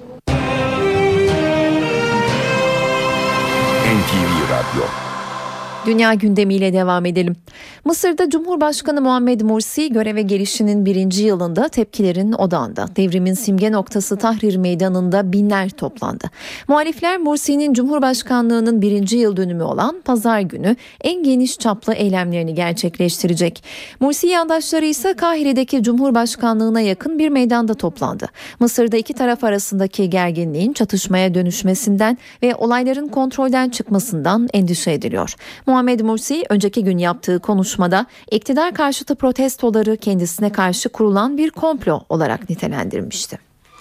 N T V Radyo. Dünya gündemiyle devam edelim. Mısır'da Cumhurbaşkanı Muhammed Mursi göreve gelişinin birinci yılında tepkilerin odağında. Devrimin simge noktası Tahrir Meydanı'nda binler toplandı. Muhalifler Mursi'nin Cumhurbaşkanlığının birinci yıl dönümü olan Pazar günü en geniş çaplı eylemlerini gerçekleştirecek. Mursi yandaşları ise Kahire'deki Cumhurbaşkanlığına yakın bir meydanda toplandı. Mısır'da iki taraf arasındaki gerginliğin çatışmaya dönüşmesinden ve olayların kontrolden çıkmasından endişe ediliyor. Muhammed Mursi önceki gün yaptığı konuşmada iktidar karşıtı protestoları kendisine karşı kurulan bir komplo olarak nitelendirmişti.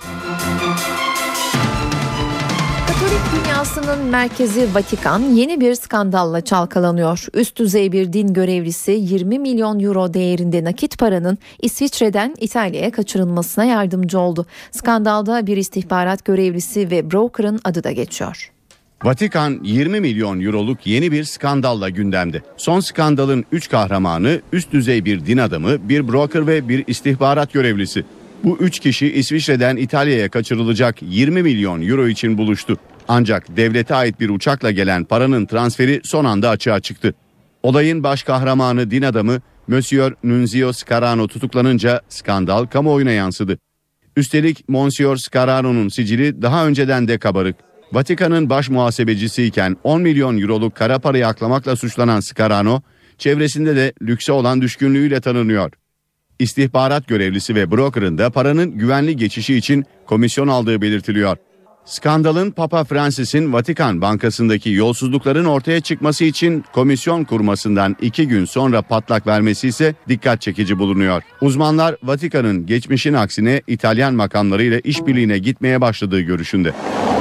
Katolik dünyasının merkezi Vatikan yeni bir skandalla çalkalanıyor. Üst düzey bir din görevlisi yirmi milyon euro değerinde nakit paranın İsviçre'den İtalya'ya kaçırılmasına yardımcı oldu. Skandalda bir istihbarat görevlisi ve broker'ın adı da geçiyor. Vatikan yirmi milyon euroluk yeni bir skandalla gündemde. Son skandalın üç kahramanı üst düzey bir din adamı, bir broker ve bir istihbarat görevlisi. Bu üç kişi İsviçre'den İtalya'ya kaçırılacak yirmi milyon euro için buluştu. Ancak devlete ait bir uçakla gelen paranın transferi son anda açığa çıktı. Olayın baş kahramanı din adamı Monsieur Nunzio Scarano tutuklanınca skandal kamuoyuna yansıdı. Üstelik Monsieur Scarano'nun sicili daha önceden de kabarık. Vatikan'ın baş muhasebecisiyken on milyon euroluk kara parayı aklamakla suçlanan Scarano, çevresinde de lükse olan düşkünlüğüyle tanınıyor. İstihbarat görevlisi ve broker'ın da paranın güvenli geçişi için komisyon aldığı belirtiliyor. Skandalın Papa Francis'in Vatikan Bankası'ndaki yolsuzlukların ortaya çıkması için komisyon kurmasından iki gün sonra patlak vermesi ise dikkat çekici bulunuyor. Uzmanlar Vatikan'ın geçmişin aksine İtalyan makamlarıyla işbirliğine gitmeye başladığı görüşünde.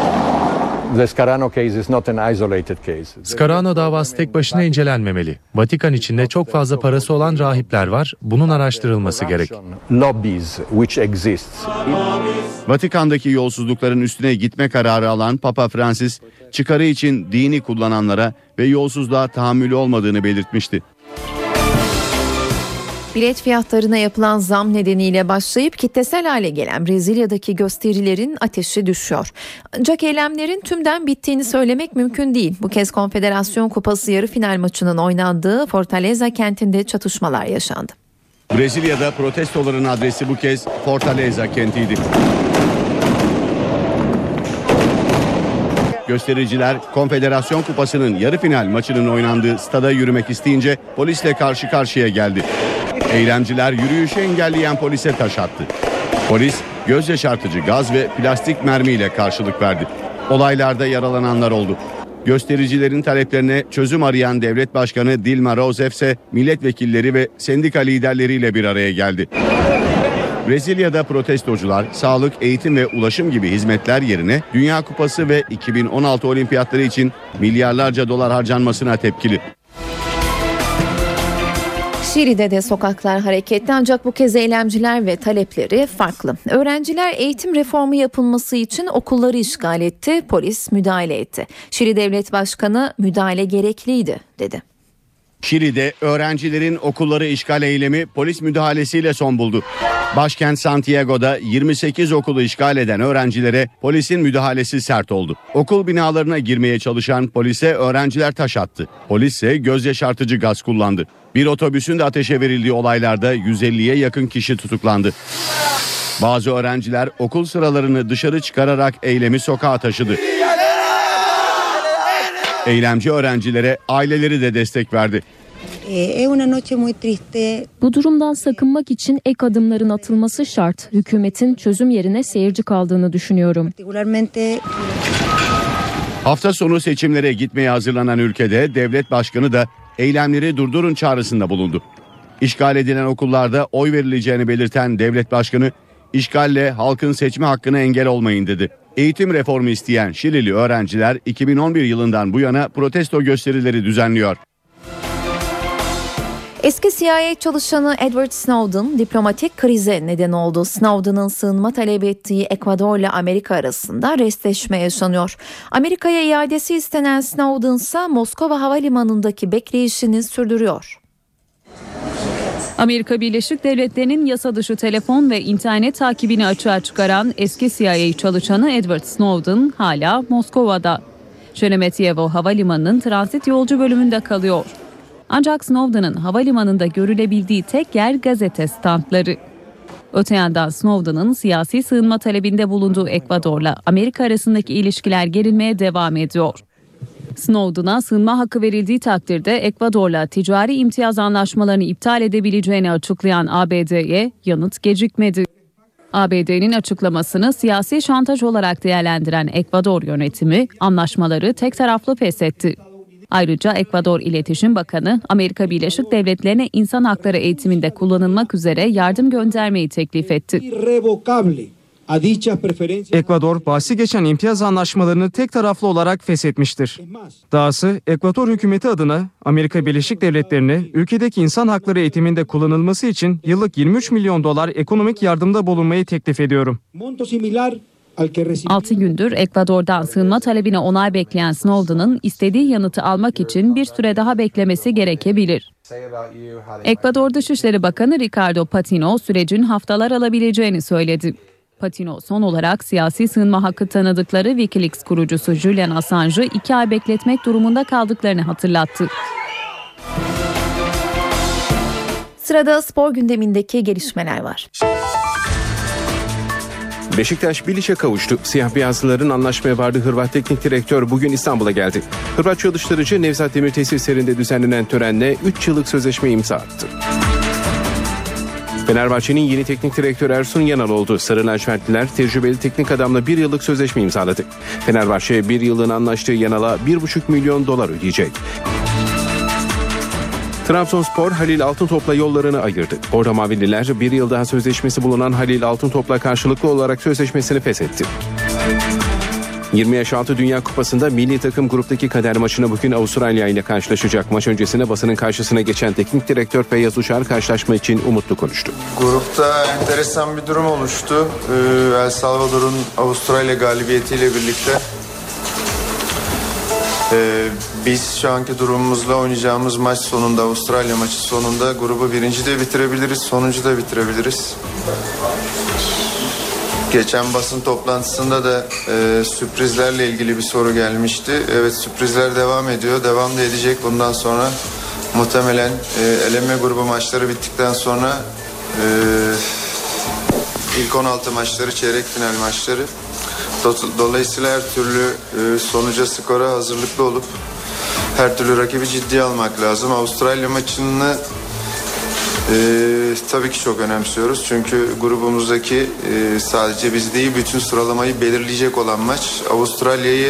Scarano davası tek başına incelenmemeli. Vatikan içinde çok fazla parası olan rahipler var. Bunun araştırılması gerek. Vatikan'daki yolsuzlukların üstüne gitme kararı alan Papa Francis, çıkarı için dini kullananlara ve yolsuzluğa tahammülü olmadığını belirtmişti. Bilet fiyatlarına yapılan zam nedeniyle başlayıp kitlesel hale gelen Brezilya'daki gösterilerin ateşi düşüyor. Ancak eylemlerin tümden bittiğini söylemek mümkün değil. Bu kez Konfederasyon Kupası yarı final maçının oynandığı Fortaleza kentinde çatışmalar yaşandı. Brezilya'da protestoların adresi bu kez Fortaleza kentiydi. Göstericiler Konfederasyon Kupası'nın yarı final maçının oynandığı stada yürümek isteyince polisle karşı karşıya geldi. Eylemciler yürüyüşü engelleyen polise taş attı. Polis göz yaşartıcı gaz ve plastik mermiyle karşılık verdi. Olaylarda yaralananlar oldu. Göstericilerin taleplerine çözüm arayan Devlet Başkanı Dilma Rousseff ise milletvekilleri ve sendika liderleriyle bir araya geldi. Brezilya'da protestocular sağlık, eğitim ve ulaşım gibi hizmetler yerine Dünya Kupası ve iki bin on altı olimpiyatları için milyarlarca dolar harcanmasına tepkili. Şili'de de sokaklar hareketli ancak bu kez eylemciler ve talepleri farklı. Öğrenciler eğitim reformu yapılması için okulları işgal etti, polis müdahale etti. Şili Devlet Başkanı müdahale gerekliydi dedi. Şili'de öğrencilerin okulları işgal eylemi polis müdahalesiyle son buldu. Başkent Santiago'da yirmi sekiz okulu işgal eden öğrencilere polisin müdahalesi sert oldu. Okul binalarına girmeye çalışan polise öğrenciler taş attı. Polis ise göz yaşartıcı gaz kullandı. Bir otobüsün de ateşe verildiği olaylarda yüz elliye yakın kişi tutuklandı. Bazı öğrenciler okul sıralarını dışarı çıkararak eylemi sokağa taşıdı. Eylemci öğrencilere aileleri de destek verdi. Bu durumdan sakınmak için ek adımların atılması şart. Hükümetin çözüm yerine seyirci kaldığını düşünüyorum. Hafta sonu seçimlere gitmeye hazırlanan ülkede devlet başkanı da eylemleri durdurun çağrısında bulundu. İşgal edilen okullarda oy verileceğini belirten devlet başkanı, işgalle halkın seçme hakkına engel olmayın dedi. Eğitim reformu isteyen Şilili öğrenciler iki bin on bir yılından bu yana protesto gösterileri düzenliyor. Eski C I A çalışanı Edward Snowden diplomatik krize neden oldu. Snowden'ın sığınma talep ettiği Ekvador ile Amerika arasında restleşme yaşanıyor. Amerika'ya iadesi istenen Snowden ise Moskova Havalimanı'ndaki bekleyişini sürdürüyor. Amerika Birleşik Devletleri'nin yasa dışı telefon ve internet takibini açığa çıkaran eski C I A çalışanı Edward Snowden hala Moskova'da. Sheremetyevo Havalimanı'nın transit yolcu bölümünde kalıyor. Ancak Snowden'ın havalimanında görülebildiği tek yer gazete standları. Öte yandan Snowden'ın siyasi sığınma talebinde bulunduğu Ekvador'la Amerika arasındaki ilişkiler gerilmeye devam ediyor. Snowden'a sığınma hakkı verildiği takdirde Ekvador'la ticari imtiyaz anlaşmalarını iptal edebileceğini açıklayan A B D'ye yanıt gecikmedi. A B D'nin açıklamasını siyasi şantaj olarak değerlendiren Ekvador yönetimi anlaşmaları tek taraflı feshetti. Ayrıca Ekvador İletişim Bakanı Amerika Birleşik Devletleri'ne insan hakları eğitiminde kullanılmak üzere yardım göndermeyi teklif etti. Ekvador bahsi geçen imtiyaz anlaşmalarını tek taraflı olarak feshetmiştir. Dahası Ekvador hükümeti adına Amerika Birleşik Devletleri'ne ülkedeki insan hakları eğitiminde kullanılması için yıllık yirmi üç milyon dolar ekonomik yardımda bulunmayı teklif ediyorum. altı gündür Ekvador'dan sığınma talebine onay bekleyen Snowden'ın istediği yanıtı almak için bir süre daha beklemesi gerekebilir. Ekvador Dışişleri Bakanı Ricardo Patino sürecin haftalar alabileceğini söyledi. Patino son olarak siyasi sığınma hakkı tanıdıkları Wikileaks kurucusu Julian Assange'ı iki ay bekletmek durumunda kaldıklarını hatırlattı. Sırada spor gündemindeki gelişmeler var. Beşiktaş Bilic'e kavuştu. Siyah beyazlıların anlaşmaya vardığı Hırvat teknik direktör bugün İstanbul'a geldi. Hırvat çalıştırıcı Nevzat Demir tesislerinde düzenlenen törenle üç yıllık sözleşme imza attı. Fenerbahçe'nin yeni teknik direktörü Ersun Yanal oldu. Sarı lacivertliler tecrübeli teknik adamla bir yıllık sözleşme imzaladı. Fenerbahçe bir yılın anlaştığı Yanal'a bir buçuk milyon dolar ödeyecek. Trabzonspor Halil Altıntop'la yollarını ayırdı. Bordo Mavililer bir yıl daha sözleşmesi bulunan Halil Altıntop'la karşılıklı olarak sözleşmesini feshetti. yirmi yaş altı Dünya Kupası'nda milli takım gruptaki kader maçını bugün Avustralya ile karşılaşacak. Maç öncesinde basının karşısına geçen teknik direktör Feyyaz Uçar karşılaşma için umutlu konuştu. Grupta enteresan bir durum oluştu. Ee, El Salvador'un Avustralya galibiyetiyle birlikte Ee, biz şu anki durumumuzla oynayacağımız maç sonunda, Avustralya maçı sonunda grubu birinci de bitirebiliriz, sonuncu da bitirebiliriz. Geçen basın toplantısında da e, sürprizlerle ilgili bir soru gelmişti. Evet, sürprizler devam ediyor, devam da edecek bundan sonra. Muhtemelen e, eleme grubu maçları bittikten sonra e, ilk on altı maçları, çeyrek final maçları. Dolayısıyla her türlü e, sonuca, skora hazırlıklı olup her türlü rakibi ciddiye almak lazım. Avustralya maçını e, tabii ki çok önemsiyoruz. Çünkü grubumuzdaki e, sadece biz değil, bütün sıralamayı belirleyecek olan maç. Avustralya'yı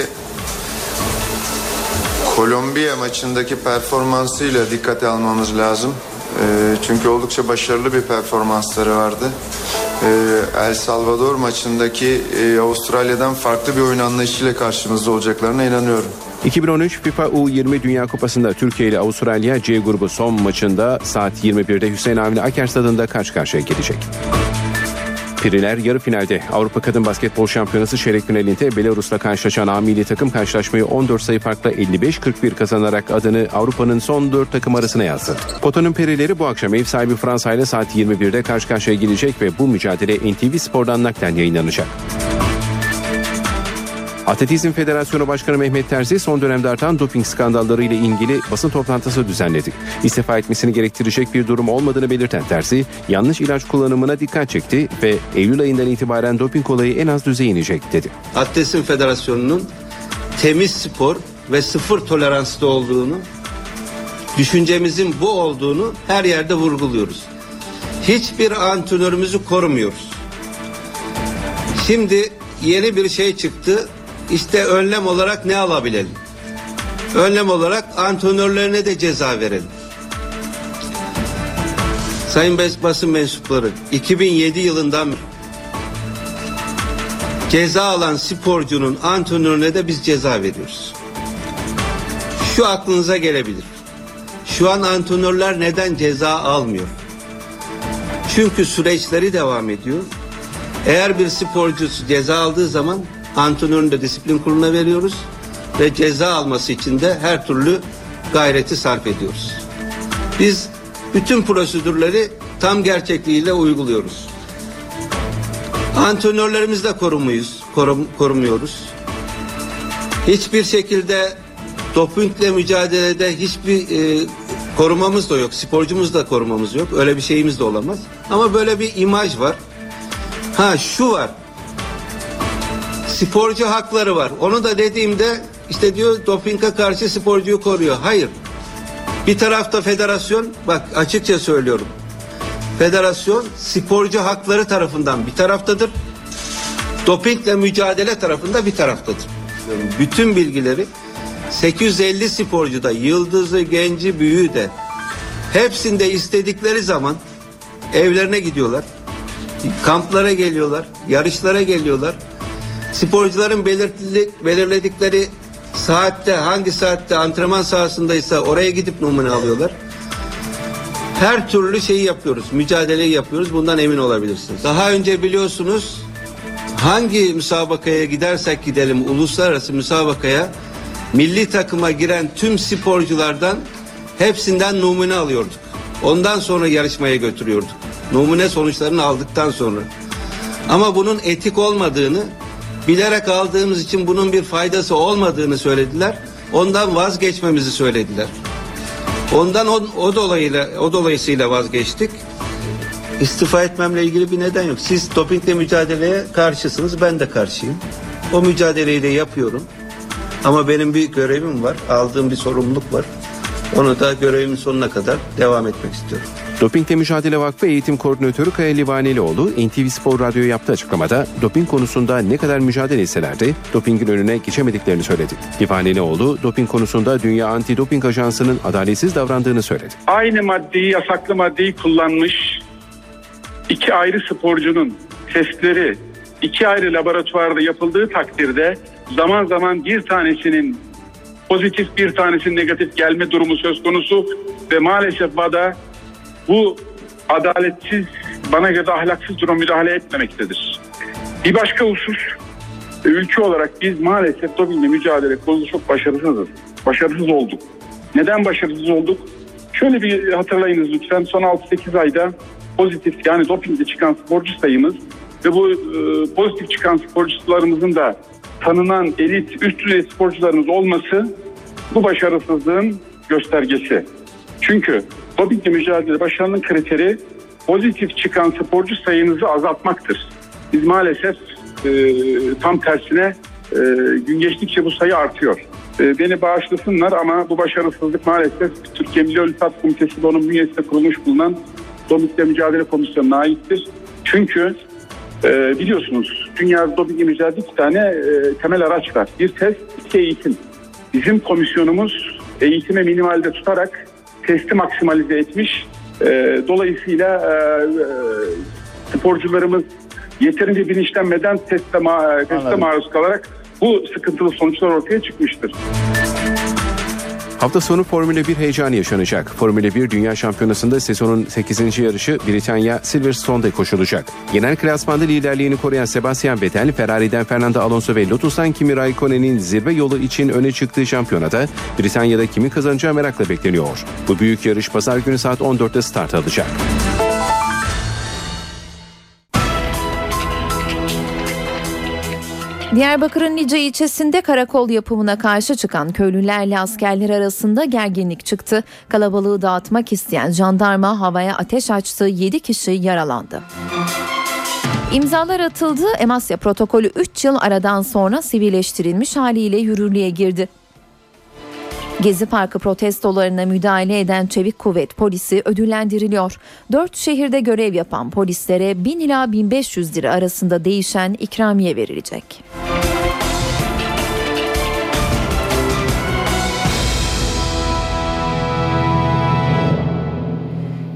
Kolombiya maçındaki performansıyla dikkate almamız lazım. E, çünkü oldukça başarılı bir performansları vardı. El Salvador maçındaki Avustralya'dan farklı bir oyun anlayışıyla karşımızda olacaklarına inanıyorum. iki bin on üç FIFA U yirmi Dünya Kupası'nda Türkiye ile Avustralya C grubu son maçında saat yirmi birde Hüseyin Avni Aker Stadı'nda karşı karşıya gelecek. Piriler yarı finalde Avrupa Kadın Basketbol Şampiyonası çeyrek finalinde Belarus'la karşılaşan A milli takım karşılaşmayı on dört sayı farkla elli beş kırk bir kazanarak adını Avrupa'nın son dört takım arasına yazdı. Potanın Perileri bu akşam ev sahibi Fransa ile saat yirmi birde karşı karşıya gelecek ve bu mücadele N T V Spor'dan naklen yayınlanacak. Atletizm Federasyonu Başkanı Mehmet Terzi son dönemde artan doping skandalları ile ilgili basın toplantısı düzenledi. İstifa etmesini gerektirecek bir durum olmadığını belirten Terzi, yanlış ilaç kullanımına dikkat çekti ve Eylül ayından itibaren doping olayı en az düzeye inecek dedi. Atletizm Federasyonu'nun temiz spor ve sıfır toleranslı olduğunu, düşüncemizin bu olduğunu her yerde vurguluyoruz. Hiçbir antrenörümüzü korumuyoruz. Şimdi yeni bir şey çıktı. İşte önlem olarak ne alabilelim? Önlem olarak antrenörlerine de ceza verelim. sayın basın mensupları, iki bin yedi yılından ceza alan sporcunun antrenörüne de biz ceza veriyoruz. Şu aklınıza gelebilir. Şu an antrenörler neden ceza almıyor? Çünkü süreçleri devam ediyor. Eğer bir sporcu ceza aldığı zaman antrenörünü de disiplin kuruluna veriyoruz ve ceza alması için de her türlü gayreti sarf ediyoruz. Biz bütün prosedürleri tam gerçekliğiyle uyguluyoruz. Antrenörlerimiz de korumuyuz, korum, korumuyoruz. Hiçbir şekilde dopingle mücadelede hiçbir e, korumamız da yok. Sporcumuz da korumamız yok. Öyle bir şeyimiz de olamaz. Ama böyle bir imaj var. Ha şu var. Sporcu hakları var. Onu da dediğimde işte diyor dopinge karşı sporcuyu koruyor. Hayır. Bir tarafta federasyon, bak açıkça söylüyorum. Federasyon sporcu hakları tarafından bir taraftadır. Dopingle mücadele tarafında bir taraftadır. Bütün bilgileri sekiz yüz elli sporcuda yıldızı, genci, büyüğü de hepsinde istedikleri zaman evlerine gidiyorlar. Kamplara geliyorlar, yarışlara geliyorlar. Sporcuların belirledikleri saatte, hangi saatte antrenman sahasındaysa oraya gidip numune alıyorlar. Her türlü şeyi yapıyoruz, mücadeleyi yapıyoruz. Bundan emin olabilirsiniz. Daha önce biliyorsunuz hangi müsabakaya gidersek gidelim, uluslararası müsabakaya milli takıma giren tüm sporculardan hepsinden numune alıyorduk. Ondan sonra yarışmaya götürüyorduk. Numune sonuçlarını aldıktan sonra. Ama bunun etik olmadığını, bilerek aldığımız için bunun bir faydası olmadığını söylediler. Ondan vazgeçmemizi söylediler. Ondan o, o dolayıyla o dolayısıyla vazgeçtik. İstifa etmemle ilgili bir neden yok. Siz dopingle mücadeleye karşısınız, ben de karşıyım. O mücadeleyi de yapıyorum. Ama benim bir görevim var, aldığım bir sorumluluk var. Onu da görevimin sonuna kadar devam etmek istiyorum. Dopingle Mücadele Vakfı Eğitim Koordinatörü Kaya Livanelioğlu, N T V Spor Radyo'ya yaptığı açıklamada doping konusunda ne kadar mücadele etseler de dopingin önüne geçemediklerini söyledi. Livanelioğlu, doping konusunda Dünya Anti-Doping Ajansı'nın adaletsiz davrandığını söyledi. Aynı maddeyi, yasaklı maddeyi kullanmış iki ayrı sporcunun testleri iki ayrı laboratuvarda yapıldığı takdirde zaman zaman bir tanesinin pozitif, bir tanesinin negatif gelme durumu söz konusu ve maalesef V A D A bu adaletsiz, bana göre ahlaksız durum müdahale etmemektedir. Bir başka husus, ülke olarak biz maalesef dopingle mücadele konusunda çok başarısızız. Başarısız olduk. Neden başarısız olduk? Şöyle bir hatırlayınız lütfen. Son altı sekiz ayda pozitif, yani dopingle çıkan sporcu sayımız ve bu e, pozitif çıkan sporcularımızın da tanınan elit, üst düzey sporcularımız olması bu başarısızlığın göstergesi. Çünkü dopingle mücadele başarının kriteri pozitif çıkan sporcu sayınızı azaltmaktır. Biz maalesef e, tam tersine e, gün geçtikçe bu sayı artıyor. E, beni bağışlasınlar ama bu başarısızlık maalesef Türkiye Milli Olimpiyat Komitesi ve onun bünyesinde kurulmuş bulunan Dopingle Mücadele Komisyonu'na aittir. Çünkü e, biliyorsunuz dünyada dopingle mücadele iki tane e, temel araç var. Bir test, iki eğitim. Bizim komisyonumuz eğitime minimalde tutarak testi maksimalize etmiş. E, dolayısıyla e, e, sporcularımız yeterince bilinçlenmeden teste, ma- teste maruz kalarak bu sıkıntılı sonuçlar ortaya çıkmıştır. Hafta sonu Formula bir heyecanı yaşanacak. Formula bir Dünya Şampiyonası'nda sezonun sekizinci yarışı Britanya Silverstone'da koşulacak. Genel klasmanda liderliğini koruyan Sebastian Vettel, Ferrari'den Fernando Alonso ve Lotus'tan Kimi Raikkonen'in zirve yolu için öne çıktığı şampiyonada Britanya'da kimin kazanacağı merakla bekleniyor. Bu büyük yarış pazar günü saat on dörtte start alacak. Diyarbakır'ın Lice ilçesinde karakol yapımına karşı çıkan köylülerle askerler arasında gerginlik çıktı. Kalabalığı dağıtmak isteyen jandarma havaya ateş açtı, yedi kişi yaralandı. İmzalar atıldı. Emasya protokolü üç yıl aradan sonra sivilleştirilmiş haliyle yürürlüğe girdi. Gezi Parkı protestolarına müdahale eden Çevik Kuvvet polisi ödüllendiriliyor. Dört şehirde görev yapan polislere bin ila bin beş yüz lira arasında değişen ikramiye verilecek.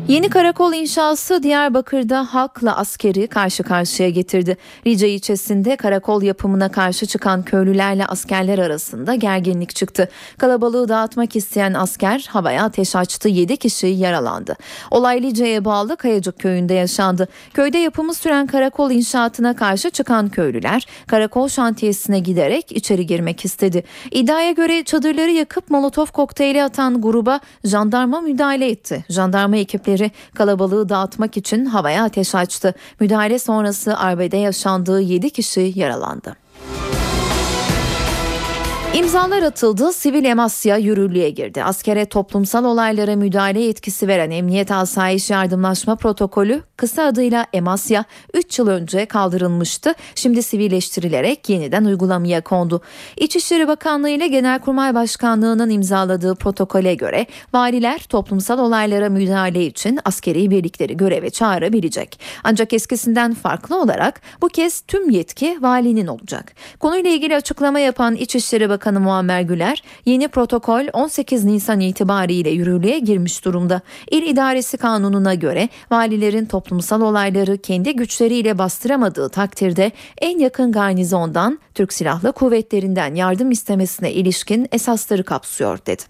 Yeni karakol inşası Diyarbakır'da halkla askeri karşı karşıya getirdi. Lice ilçesinde karakol yapımına karşı çıkan köylülerle askerler arasında gerginlik çıktı. Kalabalığı dağıtmak isteyen asker havaya ateş açtı, yedi kişi yaralandı. Olay Lice'ye bağlı Kayacık köyünde yaşandı. Köyde yapımı süren karakol inşaatına karşı çıkan köylüler karakol şantiyesine giderek içeri girmek istedi. İddiaya göre çadırları yakıp molotof kokteyli atan gruba jandarma müdahale etti. Jandarma ekipleri kalabalığı dağıtmak için havaya ateş açtı. Müdahale sonrası arbede yaşandığı yedi kişi yaralandı. İmzalar atıldı, sivil emasya yürürlüğe girdi. Askere toplumsal olaylara müdahale yetkisi veren Emniyet Asayiş Yardımlaşma Protokolü, kısa adıyla emasya, üç yıl önce kaldırılmıştı. Şimdi sivilleştirilerek yeniden uygulamaya kondu. İçişleri Bakanlığı ile Genelkurmay Başkanlığı'nın imzaladığı protokole göre valiler toplumsal olaylara müdahale için askeri birlikleri göreve çağırabilecek. Ancak eskisinden farklı olarak bu kez tüm yetki valinin olacak. Konuyla ilgili açıklama yapan İçişleri Bakanı Bakanı Muammer Güler, yeni protokol on sekiz Nisan itibariyle yürürlüğe girmiş durumda. İl İdaresi Kanunu'na göre valilerin toplumsal olayları kendi güçleriyle bastıramadığı takdirde en yakın garnizondan, Türk Silahlı Kuvvetleri'nden yardım istemesine ilişkin esasları kapsıyor dedi.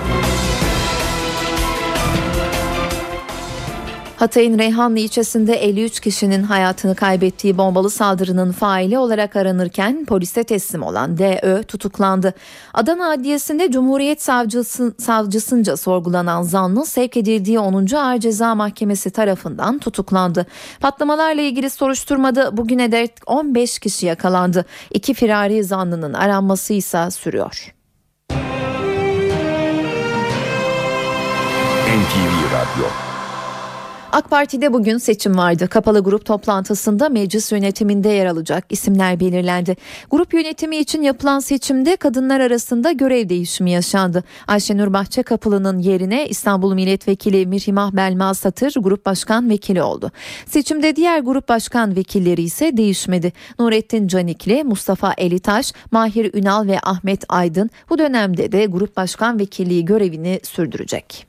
Hatay'ın Reyhanlı ilçesinde elli üç kişinin hayatını kaybettiği bombalı saldırının faili olarak aranırken polise teslim olan D Ö tutuklandı. Adana Adliyesi'nde Cumhuriyet Savcısı, savcısınca sorgulanan zanlı sevk edildiği onuncu Ağır Ceza Mahkemesi tarafından tutuklandı. Patlamalarla ilgili soruşturmada bugüne dek on beş kişi yakalandı. İki firari zanlının aranması ise sürüyor. N T V Radyo. AK Parti'de bugün seçim vardı. Kapalı grup toplantısında meclis yönetiminde yer alacak isimler belirlendi. Grup yönetimi için yapılan seçimde kadınlar arasında görev değişimi yaşandı. Ayşenur Bahçekapılı'nın yerine İstanbul Milletvekili Mirhimah Belma Satır grup başkan vekili oldu. Seçimde diğer grup başkan vekilleri ise değişmedi. Nurettin Canikli, Mustafa Elitaş, Mahir Ünal ve Ahmet Aydın bu dönemde de grup başkan vekilliği görevini sürdürecek.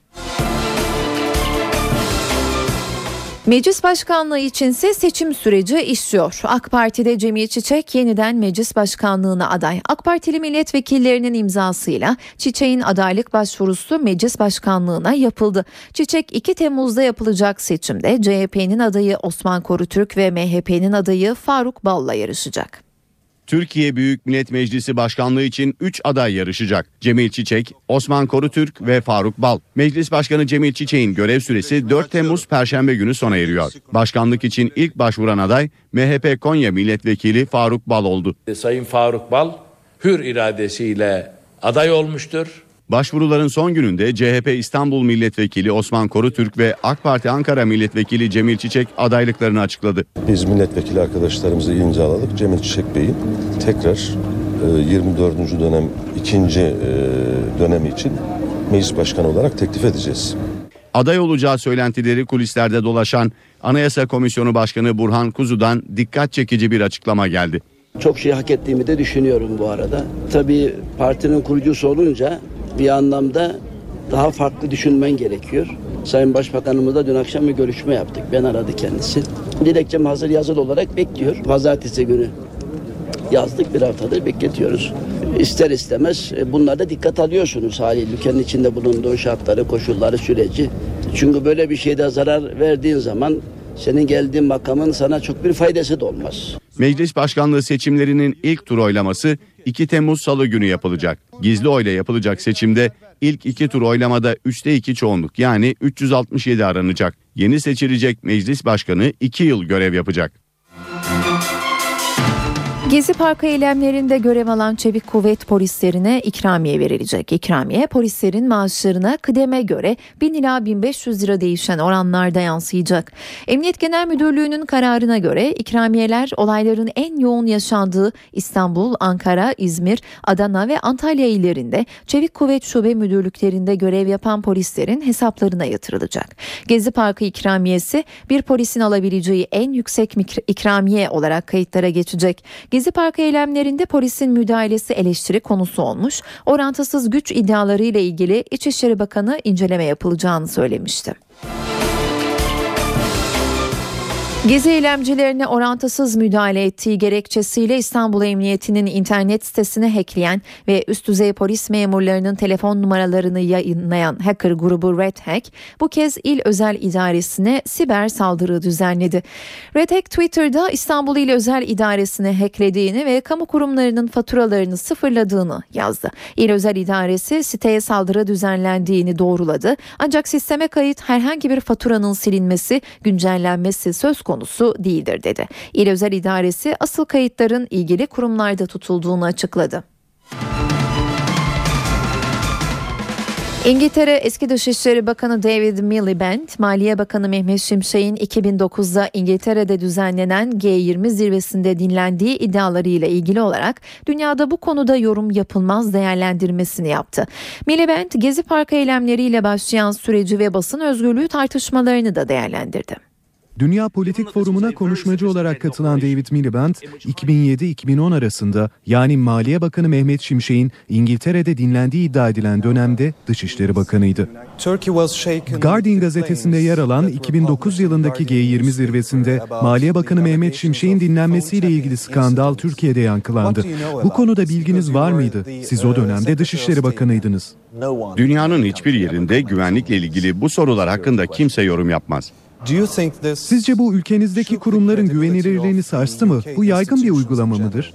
Meclis başkanlığı içinse seçim süreci işliyor. AK Parti'de Cemil Çiçek yeniden meclis başkanlığına aday. AK Partili milletvekillerinin imzasıyla Çiçek'in adaylık başvurusu meclis başkanlığına yapıldı. Çiçek iki Temmuz'da yapılacak seçimde C H P'nin adayı Osman Korutürk ve M H P'nin adayı Faruk Bal'la yarışacak. Türkiye Büyük Millet Meclisi Başkanlığı için üç aday yarışacak. Cemil Çiçek, Osman Korutürk ve Faruk Bal. Meclis Başkanı Cemil Çiçek'in görev süresi dört Temmuz Perşembe günü sona eriyor. Başkanlık için ilk başvuran aday M H P Konya Milletvekili Faruk Bal oldu. Sayın Faruk Bal hür iradesiyle aday olmuştur. Başvuruların son gününde C H P İstanbul Milletvekili Osman Korutürk ve AK Parti Ankara Milletvekili Cemil Çiçek adaylıklarını açıkladı. Biz milletvekili arkadaşlarımızı imzaladık. Cemil Çiçek Bey'i tekrar yirmi dördüncü dönem ikinci dönemi için meclis başkanı olarak teklif edeceğiz. Aday olacağı söylentileri kulislerde dolaşan Anayasa Komisyonu Başkanı Burhan Kuzu'dan dikkat çekici bir açıklama geldi. Çok şey hak ettiğimi de düşünüyorum bu arada. Tabii partinin kurucusu olunca bir anlamda daha farklı düşünmen gerekiyor. Sayın Başbakanımızla dün akşam bir görüşme yaptık. Ben aradı kendisi. Dilekçem hazır yazılı olarak bekliyor. Pazartesi günü yazdık, bir haftadır bekletiyoruz. İster istemez bunlarda dikkat alıyorsunuz haliyle. Ülkenin içinde bulunduğu şartları, koşulları, süreci. Çünkü böyle bir şeyde zarar verdiğin zaman senin geldiğin makamın sana çok bir faydası da olmaz. Meclis başkanlığı seçimlerinin ilk tur oylaması iki Temmuz Salı günü yapılacak. Gizli oyla yapılacak seçimde ilk iki tur oylamada üçte iki çoğunluk yani üç yüz altmış yedi aranacak. Yeni seçilecek meclis başkanı iki yıl görev yapacak. Gezi Parkı eylemlerinde görev alan çevik kuvvet polislerine ikramiye verilecek. İkramiye polislerin maaşlarına kıdeme göre bin ila bin beş yüz lira değişen oranlarda yansıyacak. Emniyet Genel Müdürlüğü'nün kararına göre ikramiyeler olayların en yoğun yaşandığı İstanbul, Ankara, İzmir, Adana ve Antalya illerinde çevik kuvvet şube müdürlüklerinde görev yapan polislerin hesaplarına yatırılacak. Gezi Parkı ikramiyesi bir polisin alabileceği en yüksek ikramiye olarak kayıtlara geçecek. Gezi Parkı eylemlerinde polisin müdahalesi eleştiri konusu olmuş. Orantısız güç iddialarıyla ilgili İçişleri Bakanı inceleme yapılacağını söylemişti. Gezi eylemcilerine orantısız müdahale ettiği gerekçesiyle İstanbul Emniyeti'nin internet sitesini hackleyen ve üst düzey polis memurlarının telefon numaralarını yayınlayan hacker grubu Red Hack bu kez İl Özel İdaresi'ne siber saldırı düzenledi. Red Hack Twitter'da İstanbul İl Özel İdaresi'ne hacklediğini ve kamu kurumlarının faturalarını sıfırladığını yazdı. İl Özel İdaresi siteye saldırı düzenlendiğini doğruladı. Ancak sisteme kayıt herhangi bir faturanın silinmesi, güncellenmesi söz konusu konusu değildir dedi. İl Özel İdaresi asıl kayıtların ilgili kurumlarda tutulduğunu açıkladı. İngiltere eski Dışişleri Bakanı David Miliband, Maliye Bakanı Mehmet Şimşek'in iki bin dokuzda İngiltere'de düzenlenen G yirmi zirvesinde dinlendiği iddialarıyla ilgili olarak dünyada bu konuda yorum yapılmaz değerlendirmesini yaptı. Miliband, Gezi Parkı eylemleriyle başlayan süreci ve basın özgürlüğü tartışmalarını da değerlendirdi. Dünya Politik Forumu'na konuşmacı olarak katılan David Miliband, iki bin yedi iki bin on arasında yani Maliye Bakanı Mehmet Şimşek'in İngiltere'de dinlendiği iddia edilen dönemde Dışişleri Bakanıydı. Guardian gazetesinde yer alan iki bin dokuz yılındaki G yirmi zirvesinde Maliye Bakanı Mehmet Şimşek'in dinlenmesiyle ilgili skandal Türkiye'de yankılandı. Bu konuda bilginiz var mıydı? Siz o dönemde Dışişleri Bakanıydınız. Dünyanın hiçbir yerinde güvenlikle ilgili bu sorular hakkında kimse yorum yapmaz. Sizce bu ülkenizdeki kurumların güvenilirliğini sarstı mı? Bu yaygın bir uygulama mıdır?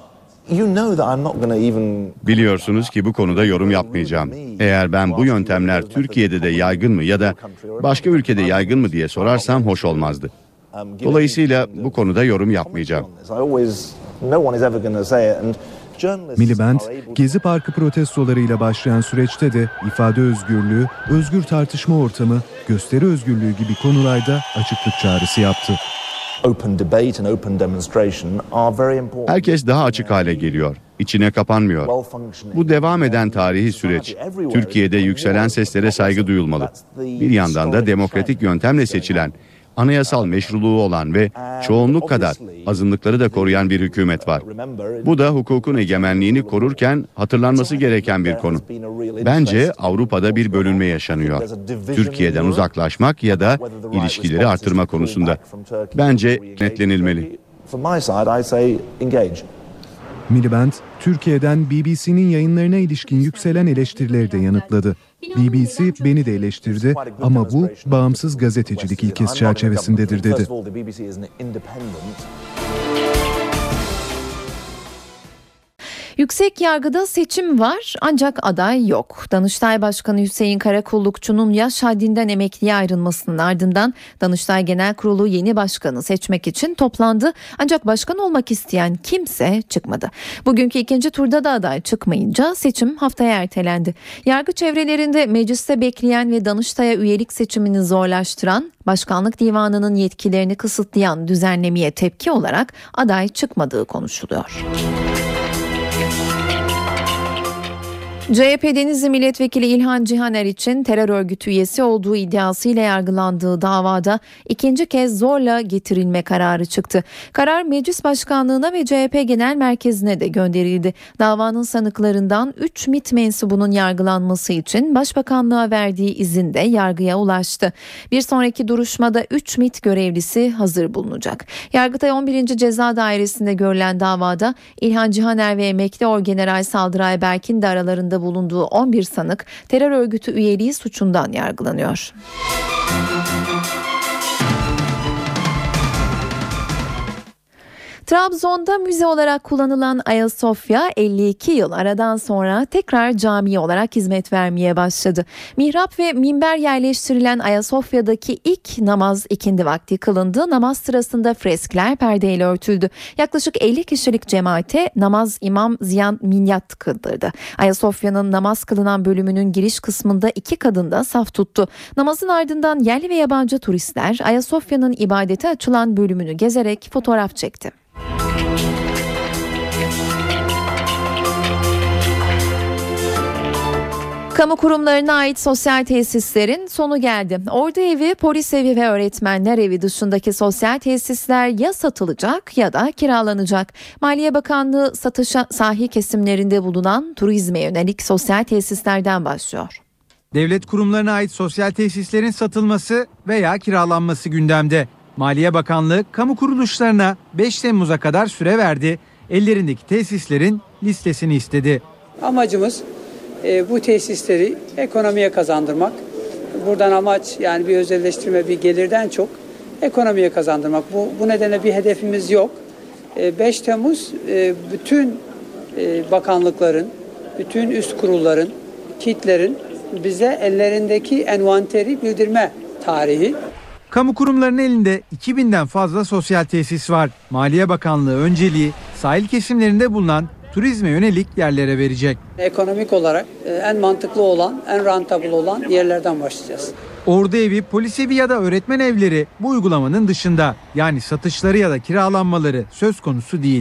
Biliyorsunuz ki bu konuda yorum yapmayacağım. Eğer ben bu yöntemler Türkiye'de de yaygın mı ya da başka ülkede yaygın mı diye sorarsam hoş olmazdı. Dolayısıyla bu konuda yorum yapmayacağım. Miliband, Gezi Parkı protestolarıyla başlayan süreçte de ifade özgürlüğü, özgür tartışma ortamı, gösteri özgürlüğü gibi konularda açıklık çağrısı yaptı. Herkes daha açık hale geliyor, içine kapanmıyor. Bu devam eden tarihi süreç. Türkiye'de yükselen seslere saygı duyulmalı. Bir yandan da demokratik yöntemle seçilen, anayasal meşruluğu olan ve çoğunluk kadar azınlıkları da koruyan bir hükümet var. Bu da hukukun egemenliğini korurken hatırlanması gereken bir konu. Bence Avrupa'da bir bölünme yaşanıyor. Türkiye'den uzaklaşmak ya da ilişkileri artırma konusunda. Bence netlenilmeli. Miliband, Türkiye'den B B C'nin yayınlarına ilişkin yükselen eleştirileri de yanıtladı. B B C beni de eleştirdi ama bu bağımsız gazetecilik ilkesi çerçevesindedir dedi. Yüksek yargıda seçim var ancak aday yok. Danıştay Başkanı Hüseyin Karakullukçu'nun yaş haddinden emekliye ayrılmasının ardından Danıştay Genel Kurulu yeni başkanı seçmek için toplandı. Ancak başkan olmak isteyen kimse çıkmadı. Bugünkü ikinci turda da aday çıkmayınca seçim haftaya ertelendi. Yargı çevrelerinde mecliste bekleyen ve Danıştay'a üyelik seçimini zorlaştıran, Başkanlık Divanı'nın yetkilerini kısıtlayan düzenlemeye tepki olarak aday çıkmadığı konuşuluyor. C H P Denizli Milletvekili İlhan Cihaner için terör örgütü üyesi olduğu iddiasıyla yargılandığı davada ikinci kez zorla getirilme kararı çıktı. Karar Meclis Başkanlığı'na ve C H P Genel Merkezi'ne de gönderildi. Davanın sanıklarından üç MİT mensubunun yargılanması için Başbakanlığa verdiği izin de yargıya ulaştı. Bir sonraki duruşmada üç MİT görevlisi hazır bulunacak. Yargıtay on birinci Ceza Dairesi'nde görülen davada İlhan Cihaner ve emekli Orgeneral Saldıray Berk'in de aralarında bulunduğu on bir sanık terör örgütü üyeliği suçundan yargılanıyor. Trabzon'da müze olarak kullanılan Ayasofya elli iki yıl aradan sonra tekrar cami olarak hizmet vermeye başladı. Mihrap ve minber yerleştirilen Ayasofya'daki ilk namaz ikindi vakti kılındı. Namaz sırasında freskler perdeyle örtüldü. Yaklaşık elli kişilik cemaate namaz İmam Ziyan Minyat kıldırdı. Ayasofya'nın namaz kılınan bölümünün giriş kısmında iki kadın da saf tuttu. Namazın ardından yerli ve yabancı turistler Ayasofya'nın ibadete açılan bölümünü gezerek fotoğraf çekti. Kamu kurumlarına ait sosyal tesislerin sonu geldi. Ordu evi, polis evi ve öğretmenler evi dışındaki sosyal tesisler ya satılacak ya da kiralanacak. Maliye Bakanlığı satışa sahi kesimlerinde bulunan turizme yönelik sosyal tesislerden başlıyor. Devlet kurumlarına ait sosyal tesislerin satılması veya kiralanması gündemde. Maliye Bakanlığı kamu kuruluşlarına beş Temmuz'a kadar süre verdi. Ellerindeki tesislerin listesini istedi. Amacımız e, bu tesisleri ekonomiye kazandırmak. Buradan amaç yani bir özelleştirme, bir gelirden çok ekonomiye kazandırmak. Bu, bu nedenle bir hedefimiz yok. E, beş Temmuz e, bütün e, bakanlıkların, bütün üst kurulların, KİT'lerin bize ellerindeki envanteri bildirme tarihi. Kamu kurumlarının elinde iki binden fazla sosyal tesis var. Maliye Bakanlığı önceliği sahil kesimlerinde bulunan turizme yönelik yerlere verecek. Ekonomik olarak en mantıklı olan, en rentable olan yerlerden başlayacağız. Ordu evi, polis evi ya da öğretmen evleri bu uygulamanın dışında. Yani satışları ya da kiralanmaları söz konusu değil.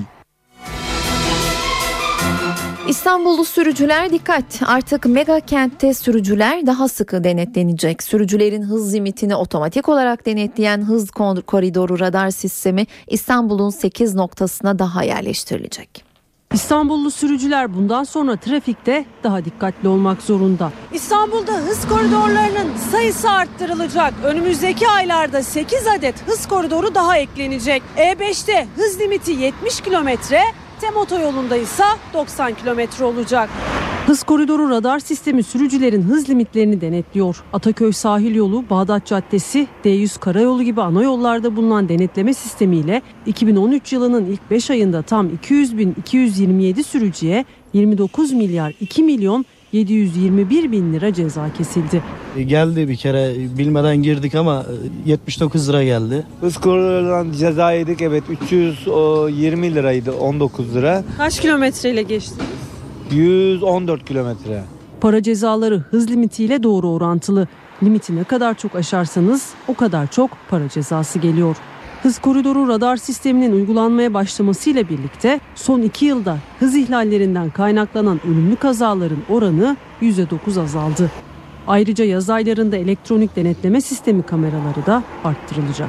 İstanbullu sürücüler dikkat. Artık mega kentte sürücüler daha sıkı denetlenecek. Sürücülerin hız limitini otomatik olarak denetleyen hız koridoru radar sistemi İstanbul'un sekiz noktasına daha yerleştirilecek. İstanbullu sürücüler bundan sonra trafikte daha dikkatli olmak zorunda. İstanbul'da hız koridorlarının sayısı arttırılacak. Önümüzdeki aylarda sekiz adet hız koridoru daha eklenecek. E beşte hız limiti yetmiş kilometre, TEM otoyolunda ise doksan kilometre olacak. Hız koridoru radar sistemi sürücülerin hız limitlerini denetliyor. Ataköy Sahil Yolu, Bağdat Caddesi, D yüz Karayolu gibi ana yollarda bulunan denetleme sistemiyle iki bin on üç yılının ilk beş ayında tam iki yüz bin iki yüz yirmi yedi sürücüye yirmi dokuz milyar iki milyon yedi yüz yirmi bir bin lira ceza kesildi. Geldi bir kere bilmeden girdik ama yetmiş dokuz lira geldi. Hız koridorundan ceza yedik, evet, üç yüz yirmi liraydı, on dokuz lira. Kaç kilometreyle geçti? yüz on dört kilometre. Para cezaları hız limitiyle doğru orantılı. Limiti ne kadar çok aşarsanız o kadar çok para cezası geliyor. Hız koridoru radar sisteminin uygulanmaya başlamasıyla birlikte son iki yılda hız ihlallerinden kaynaklanan ölümlü kazaların oranı yüzde dokuz azaldı. Ayrıca yaz aylarında elektronik denetleme sistemi kameraları da arttırılacak.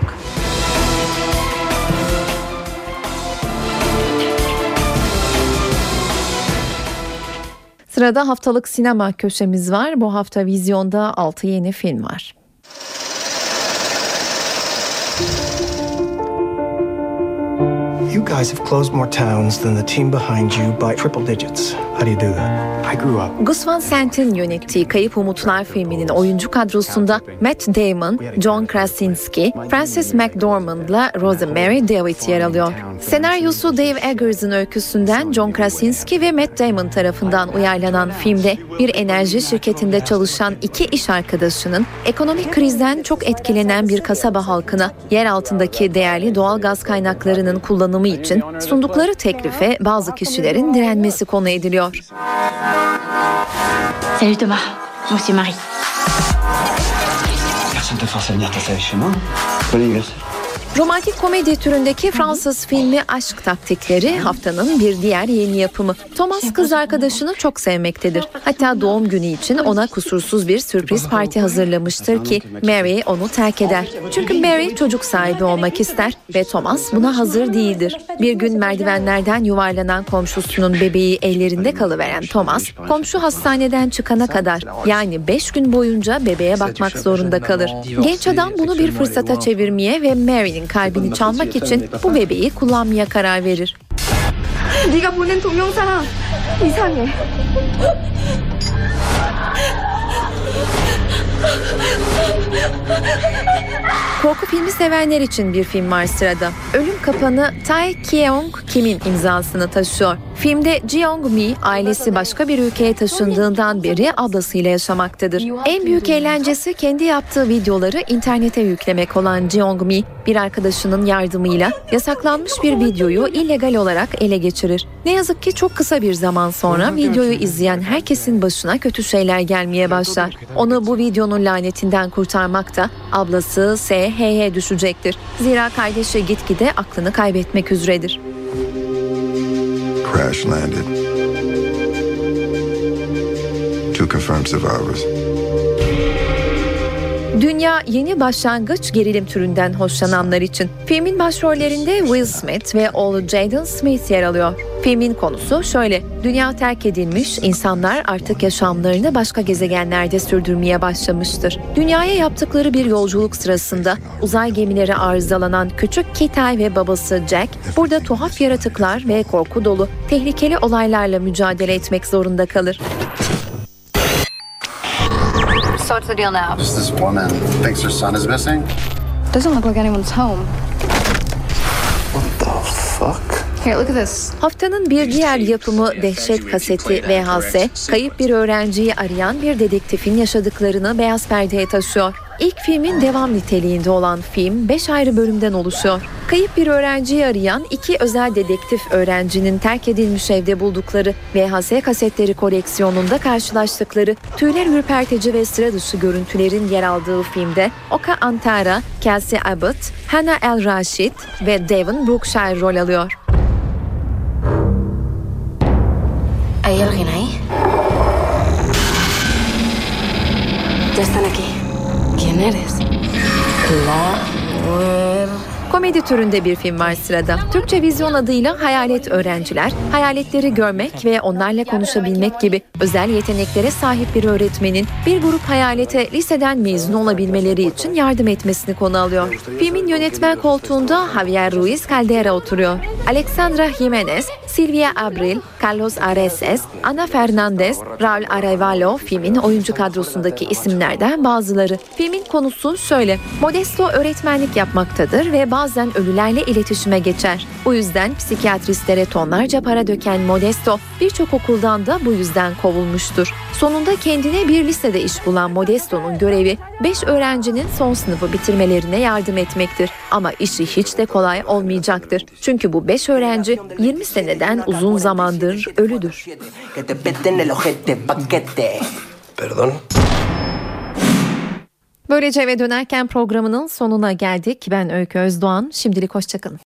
Sırada haftalık sinema köşemiz var. Bu hafta vizyonda altı yeni film var. You guys have closed more towns than the team behind you by triple digits. How do you do that? I grew up. Gus Van Sant'in yönettiği Kayıp Umutlar filminin oyuncu kadrosunda Matt Damon, John Krasinski, Frances McDormand'la Rosemary David yer alıyor. Senaryosu Dave Eggers'ın öyküsünden John Krasinski ve Matt Damon tarafından uyarlanan filmde bir enerji şirketinde çalışan iki iş arkadaşının ekonomik krizden çok etkilenen bir kasaba halkına yer altındaki değerli doğal gaz kaynaklarının kullanımı için sundukları teklife bazı kişilerin direnmesi konu ediliyor. Salut Thomas, moi c'est Marie. Personne te force à venir passer chez moi. Bon anniversaire. Romantik komedi türündeki Fransız filmi Aşk Taktikleri haftanın bir diğer yeni yapımı. Thomas kız arkadaşını çok sevmektedir. Hatta doğum günü için ona kusursuz bir sürpriz parti hazırlamıştır ki Mary onu terk eder. Çünkü Mary çocuk sahibi olmak ister ve Thomas buna hazır değildir. Bir gün merdivenlerden yuvarlanan komşusunun bebeği ellerinde kalıveren Thomas, komşu hastaneden çıkana kadar yani beş gün boyunca bebeğe bakmak zorunda kalır. Genç adam bunu bir fırsata çevirmeye ve Mary'nin kalbini çalmak için bu bebeği kullanmaya karar verir. 네가 보낸 동영상 이상해. Korku filmi sevenler için bir film var sırada. Ölüm Kapanı Tae Keong Kim'in imzasını taşıyor. Filmde Jeong Mi ailesi başka bir ülkeye taşındığından beri ablasıyla yaşamaktadır. En büyük eğlencesi kendi yaptığı videoları internete yüklemek olan Jeong Mi bir arkadaşının yardımıyla yasaklanmış bir videoyu illegal olarak ele geçirir. Ne yazık ki çok kısa bir zaman sonra videoyu izleyen herkesin başına kötü şeyler gelmeye başlar. Onu bu videonun lanetinden kurtarmak da ablası S H'ye düşecektir. Zira kardeşi gitgide aklını kaybetmek üzeredir. Crash landed. Two confirmed survivors. Dünya yeni başlangıç gerilim türünden hoşlananlar için. Filmin başrollerinde Will Smith ve oğlu Jaden Smith yer alıyor. Filmin konusu şöyle: dünya terk edilmiş, insanlar artık yaşamlarını başka gezegenlerde sürdürmeye başlamıştır. Dünyaya yaptıkları bir yolculuk sırasında uzay gemileri arızalanan küçük Kitay ve babası Jack, burada tuhaf yaratıklar ve korku dolu, tehlikeli olaylarla mücadele etmek zorunda kalır. So what's the deal now? Just this woman thinks her son is missing. Doesn't look like anyone's home. What the fuck? Here, look at this. Haftanın bir diğer yapımı Dehşet Kaseti V H S, kayıp bir öğrenciyi arayan bir dedektifin yaşadıklarını beyaz perdeye taşıyor. İlk filmin devam niteliğinde olan film beş ayrı bölümden oluşuyor. Kayıp bir öğrenciyi arayan iki özel dedektif öğrencinin terk edilmiş evde buldukları V H S kasetleri koleksiyonunda karşılaştıkları tüyler ürpertici ve sıra dışı görüntülerin yer aldığı filmde Oka Antara, Kelsey Abbott, Hannah El Rashid ve Devon Brookshire rol alıyor. ¿Hay alguien ahí? Ya están aquí. ¿Quién eres? La mujer. Komedi türünde bir film var sırada. Türkçe vizyon adıyla Hayalet Öğrenciler, hayaletleri görmek ve onlarla konuşabilmek gibi özel yeteneklere sahip bir öğretmenin bir grup hayalete liseden mezun olabilmeleri için yardım etmesini konu alıyor. Filmin yönetmen koltuğunda Javier Ruiz Caldera oturuyor. Alexandra Jimenez, Silvia Abril, Carlos Areces, Ana Fernandez, Raul Arevalo filmin oyuncu kadrosundaki isimlerden bazıları. Filmin konusu şöyle: Modesto öğretmenlik yapmaktadır ve bazen ölülerle iletişime geçer. Bu yüzden psikiyatristlere tonlarca para döken Modesto birçok okuldan da bu yüzden kovulmuştur. Sonunda kendine bir lisede iş bulan Modesto'nun görevi beş öğrencinin son sınıfı bitirmelerine yardım etmektir. Ama işi hiç de kolay olmayacaktır. Çünkü bu beş öğrenci yirmi seneden uzun zamandır ölüdür. Perdón. Böylece eve dönerken programının sonuna geldik. Ben Öykü Özdoğan. Şimdilik hoşça kalın.